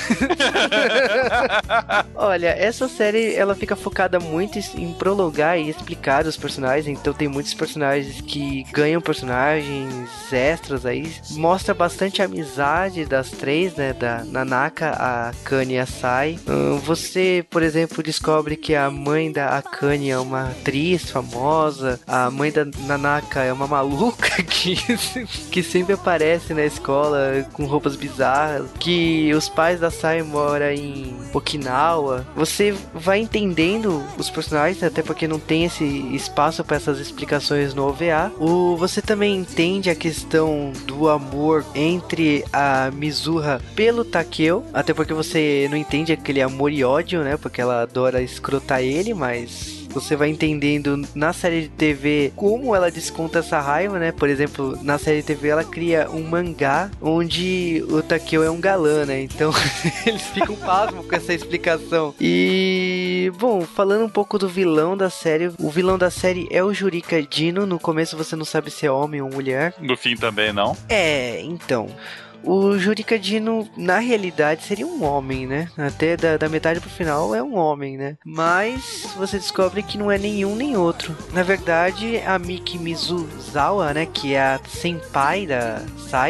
Olha, essa série ela fica focada muito em prolongar e explicar os personagens. Então tem muitos personagens que ganham personagens extras aí. Mostra bastante a amizade das três, né? Da Nanaka, a Akane e a Sai. Você, por exemplo, descobre que a mãe da Akane é uma atriz famosa. A mãe da Nanaka é uma maluca que sempre aparece na escola com roupas bizarras. Que os pais da Sai moram em Okinawa. Você vai entendendo os personagens, até porque não tem esse espaço para essas explicações no OVA. Você também entende a questão do amor entre a Mizuha pelo Takeo, até porque você não entende aquele amor e ódio, né? Porque ela adora escrotar ele, mas... Você vai entendendo na série de TV como ela desconta essa raiva, né? Por exemplo, na série de TV ela cria um mangá onde o Takeo é um galã, né? Então eles ficam pasmos com essa explicação. E, bom, falando um pouco do vilão da série, o vilão da série é o Jurika Dino. No começo você não sabe se é homem ou mulher.
No fim também não.
Então... O Jurika Dino, na realidade, seria um homem, né? Até da metade pro final é um homem, né? Mas você descobre que não é nenhum nem outro. Na verdade, a Miki Mizuzawa, né? Que é a senpai da Sai,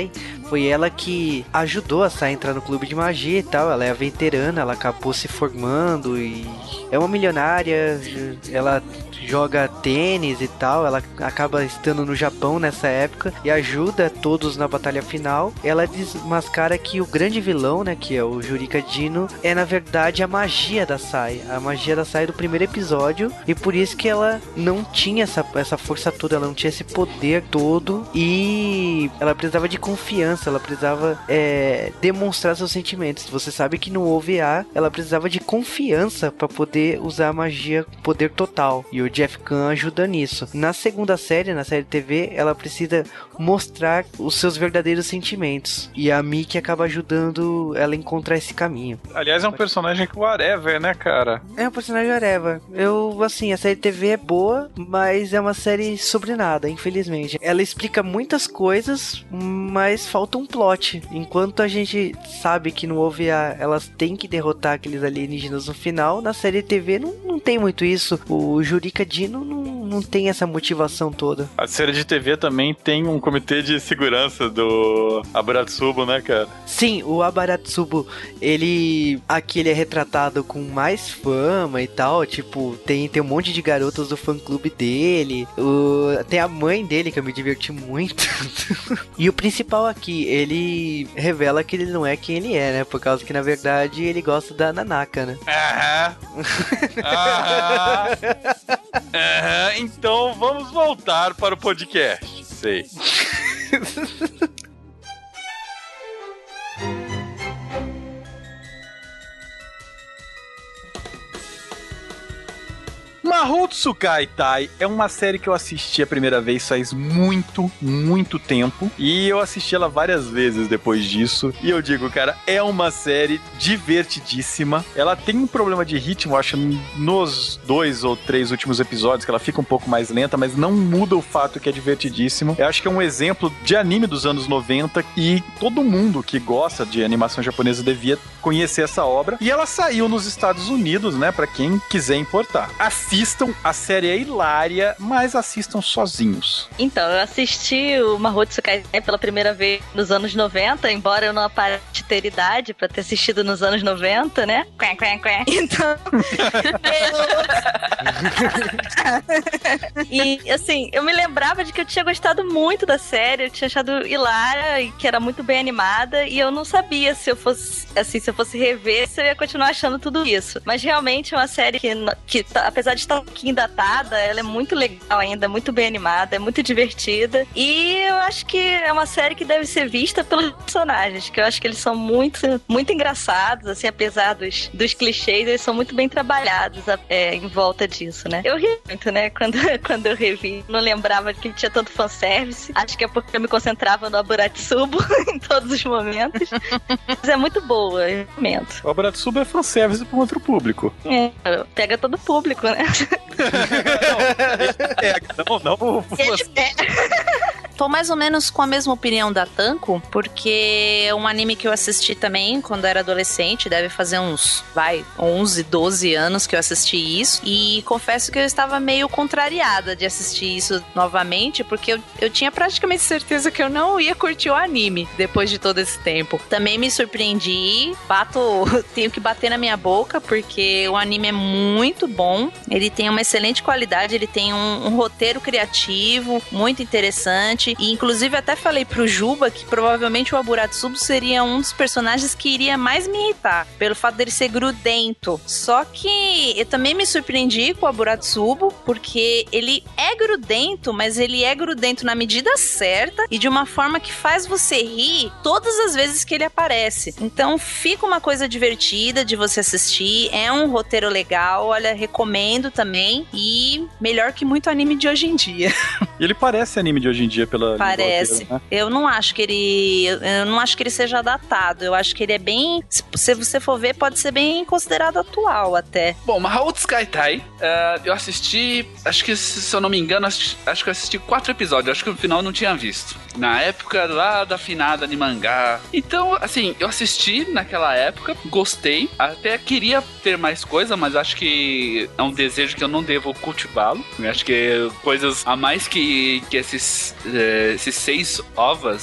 Foi ela que ajudou a Sai a entrar no clube de magia e tal. Ela é a veterana, ela acabou se formando e é uma milionária. Ela joga tênis e tal, ela acaba estando no Japão nessa época e ajuda todos na batalha final. Ela desmascara que o grande vilão, né, que é o Jurika Dino, é na verdade a magia da Sai. A magia da Sai do primeiro episódio, e por isso que ela não tinha essa força toda, ela não tinha esse poder todo e ela precisava de confiança, ela precisava demonstrar seus sentimentos. Você sabe que no OVA ela precisava de confiança para poder usar a magia poder total, e o Jeff Kahn ajuda nisso. Na segunda série, na série TV, ela precisa mostrar os seus verdadeiros sentimentos, e a Miki acaba ajudando ela a encontrar esse caminho.
Aliás, é um personagem que o whatever, né, cara?
É um personagem whatever. A série TV é boa, mas é uma série sobre nada, infelizmente. Ela explica muitas coisas, mas falta um plot. Enquanto a gente sabe que no OVA elas têm que derrotar aqueles alienígenas no final, na série TV não tem muito isso. O Jurika Dino não tem essa motivação toda.
A série de TV também tem um comitê de segurança do Abaratsubo, né, cara?
Sim, o Abaratsubo, aqui ele é retratado com mais fama e tal, tipo, tem um monte de garotas do fã-clube dele, tem a mãe dele, que eu me diverti muito. E o principal aqui, ele revela que ele não é quem ele é, né, por causa que, na verdade, ele gosta da Nanaka, né?
Então vamos voltar para o podcast. Sei. Mahou Kaitai é uma série que eu assisti a primeira vez faz muito, muito tempo. E eu assisti ela várias vezes depois disso. E eu digo, cara, é uma série divertidíssima. Ela tem um problema de ritmo, acho, nos 2 ou 3 últimos episódios, que ela fica um pouco mais lenta, mas não muda o fato que é divertidíssimo. Eu acho que é um exemplo de anime dos anos 90 e todo mundo que gosta de animação japonesa devia conhecer essa obra. E ela saiu nos Estados Unidos, né, pra quem quiser importar. Assistam, a série é hilária, mas assistam sozinhos.
Então, eu assisti o Mahou Kaitai pela primeira vez nos anos 90, embora eu não aparente ter idade pra ter assistido nos anos 90, né? Então, e assim, eu me lembrava de que eu tinha gostado muito da série, eu tinha achado hilária e que era muito bem animada, e eu não sabia se eu fosse rever, se eu ia continuar achando tudo isso. Mas realmente é uma série que apesar de estar um pouquinho datada, ela é muito legal ainda, muito bem animada, é muito divertida, e eu acho que é uma série que deve ser vista pelos personagens, que eu acho que eles são muito, muito engraçados, assim, apesar dos clichês, eles são muito bem trabalhados em volta disso, né? Eu ri muito, né, quando eu revi, não lembrava que tinha tanto fanservice, acho que é porque eu me concentrava no Abaratsubo em todos os momentos, mas é muito boa, eu recomendo.
O Abaratsubo é fanservice para um outro público.
Pega todo o público, né?
Não.
Tô mais ou menos com a mesma opinião da Tanko, porque é um anime que eu assisti também quando era adolescente, deve fazer uns, 11, 12 anos que eu assisti isso, e confesso que eu estava meio contrariada de assistir isso novamente, porque eu tinha praticamente certeza que eu não ia curtir o anime depois de todo esse tempo. Também me surpreendi, tenho que bater na minha boca, porque o anime é muito bom, ele tem uma excelente qualidade, ele tem um roteiro criativo, muito interessante. E inclusive até falei pro Juba que provavelmente o Abaratsubo seria um dos personagens que iria mais me irritar, pelo fato dele ser grudento. Só que eu também me surpreendi com o Abaratsubo, porque ele é grudento, mas ele é grudento na medida certa e de uma forma que faz você rir todas as vezes que ele aparece. Então fica uma coisa divertida de você assistir, é um roteiro legal, olha, recomendo também, e melhor que muito anime de hoje em dia.
E ele parece anime de hoje em dia
parece.
Né?
Eu não acho que ele seja datado. Eu acho que ele é bem, se você for ver, pode ser bem considerado atual até.
Bom, Mahou Kaitai, eu assisti, acho que se eu não me engano, acho que eu assisti 4 episódios, acho que no final eu não tinha visto. Na época lá da finada de mangá. Então, assim, eu assisti naquela época, gostei, até queria ter mais coisa, mas acho que é um desejo que eu não devo cultivá-lo. Eu acho que coisas a mais que esses 6 ovas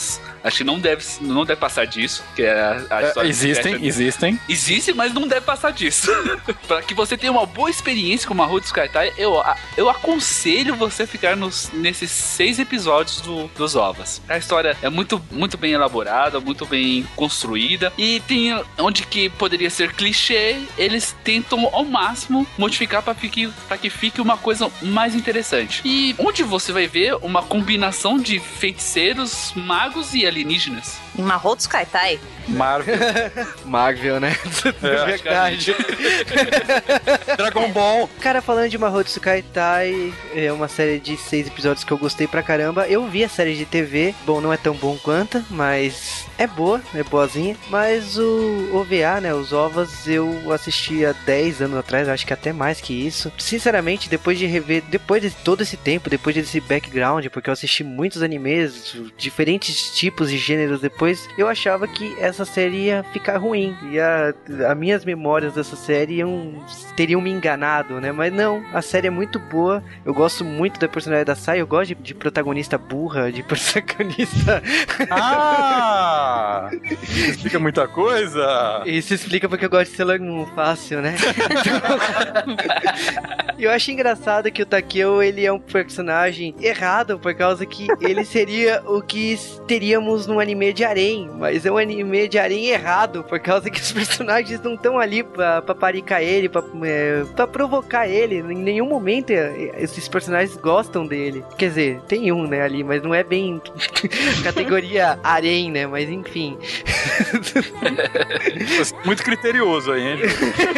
Acho que não deve passar disso, que é a história.
Existem.
Existe, mas não deve passar disso. Pra que você tenha uma boa experiência com Mahou Tsukai, eu aconselho você ficar nesses 6 episódios dos OVAs. A história é muito, muito bem elaborada, muito bem construída, e tem onde que poderia ser clichê, eles tentam ao máximo modificar para que fique uma coisa mais interessante. E onde você vai ver uma combinação de feiticeiros, magos e alienígenas.
Em Mahou Tsukai.
Marvel, né?
Verdade. Dragon Ball.
Cara, falando de Mahou Tsukai, é uma série de 6 episódios que eu gostei pra caramba. Eu vi a série de TV. Bom, não é tão bom quanto, mas é boa, é boazinha. Mas o OVA, né, os OVAs, eu assisti há 10 anos atrás, acho que até mais que isso. Sinceramente, depois de rever, depois de todo esse tempo, depois desse background, porque eu assisti muitos animes, diferentes tipos e gêneros depois, eu achava que essa série ia ficar ruim. E as minhas memórias dessa série teriam me enganado, né? Mas não, a série é muito boa. Eu gosto muito da personalidade da Sai, eu gosto de protagonista burra, de protagonista...
Isso explica muita coisa.
Isso explica porque eu gosto de Sailor Moon fácil, né? E eu acho engraçado que o Takeo, ele é um personagem errado, por causa que ele seria o que teríamos num anime de harém, mas é um anime de harém errado, por causa que os personagens não estão ali pra paricar ele, pra provocar ele. Em nenhum momento esses personagens gostam dele. Quer dizer, tem um, né, ali, mas não é bem categoria harém, né, mas enfim.
Muito criterioso aí, hein?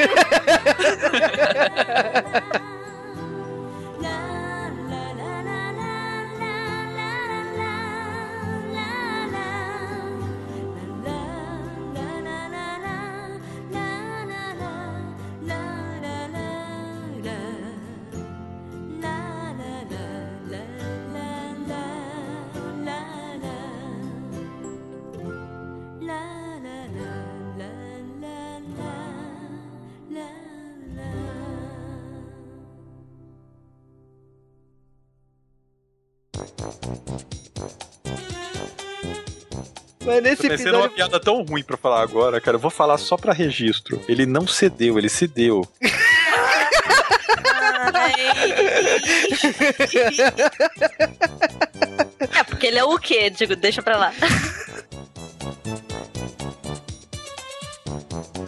Mas nesse
Pensei numa piada tão ruim pra falar agora, cara. Eu vou falar só pra registro. Ele não cedeu, ele se deu.
É, porque ele é o quê? Digo, deixa pra lá.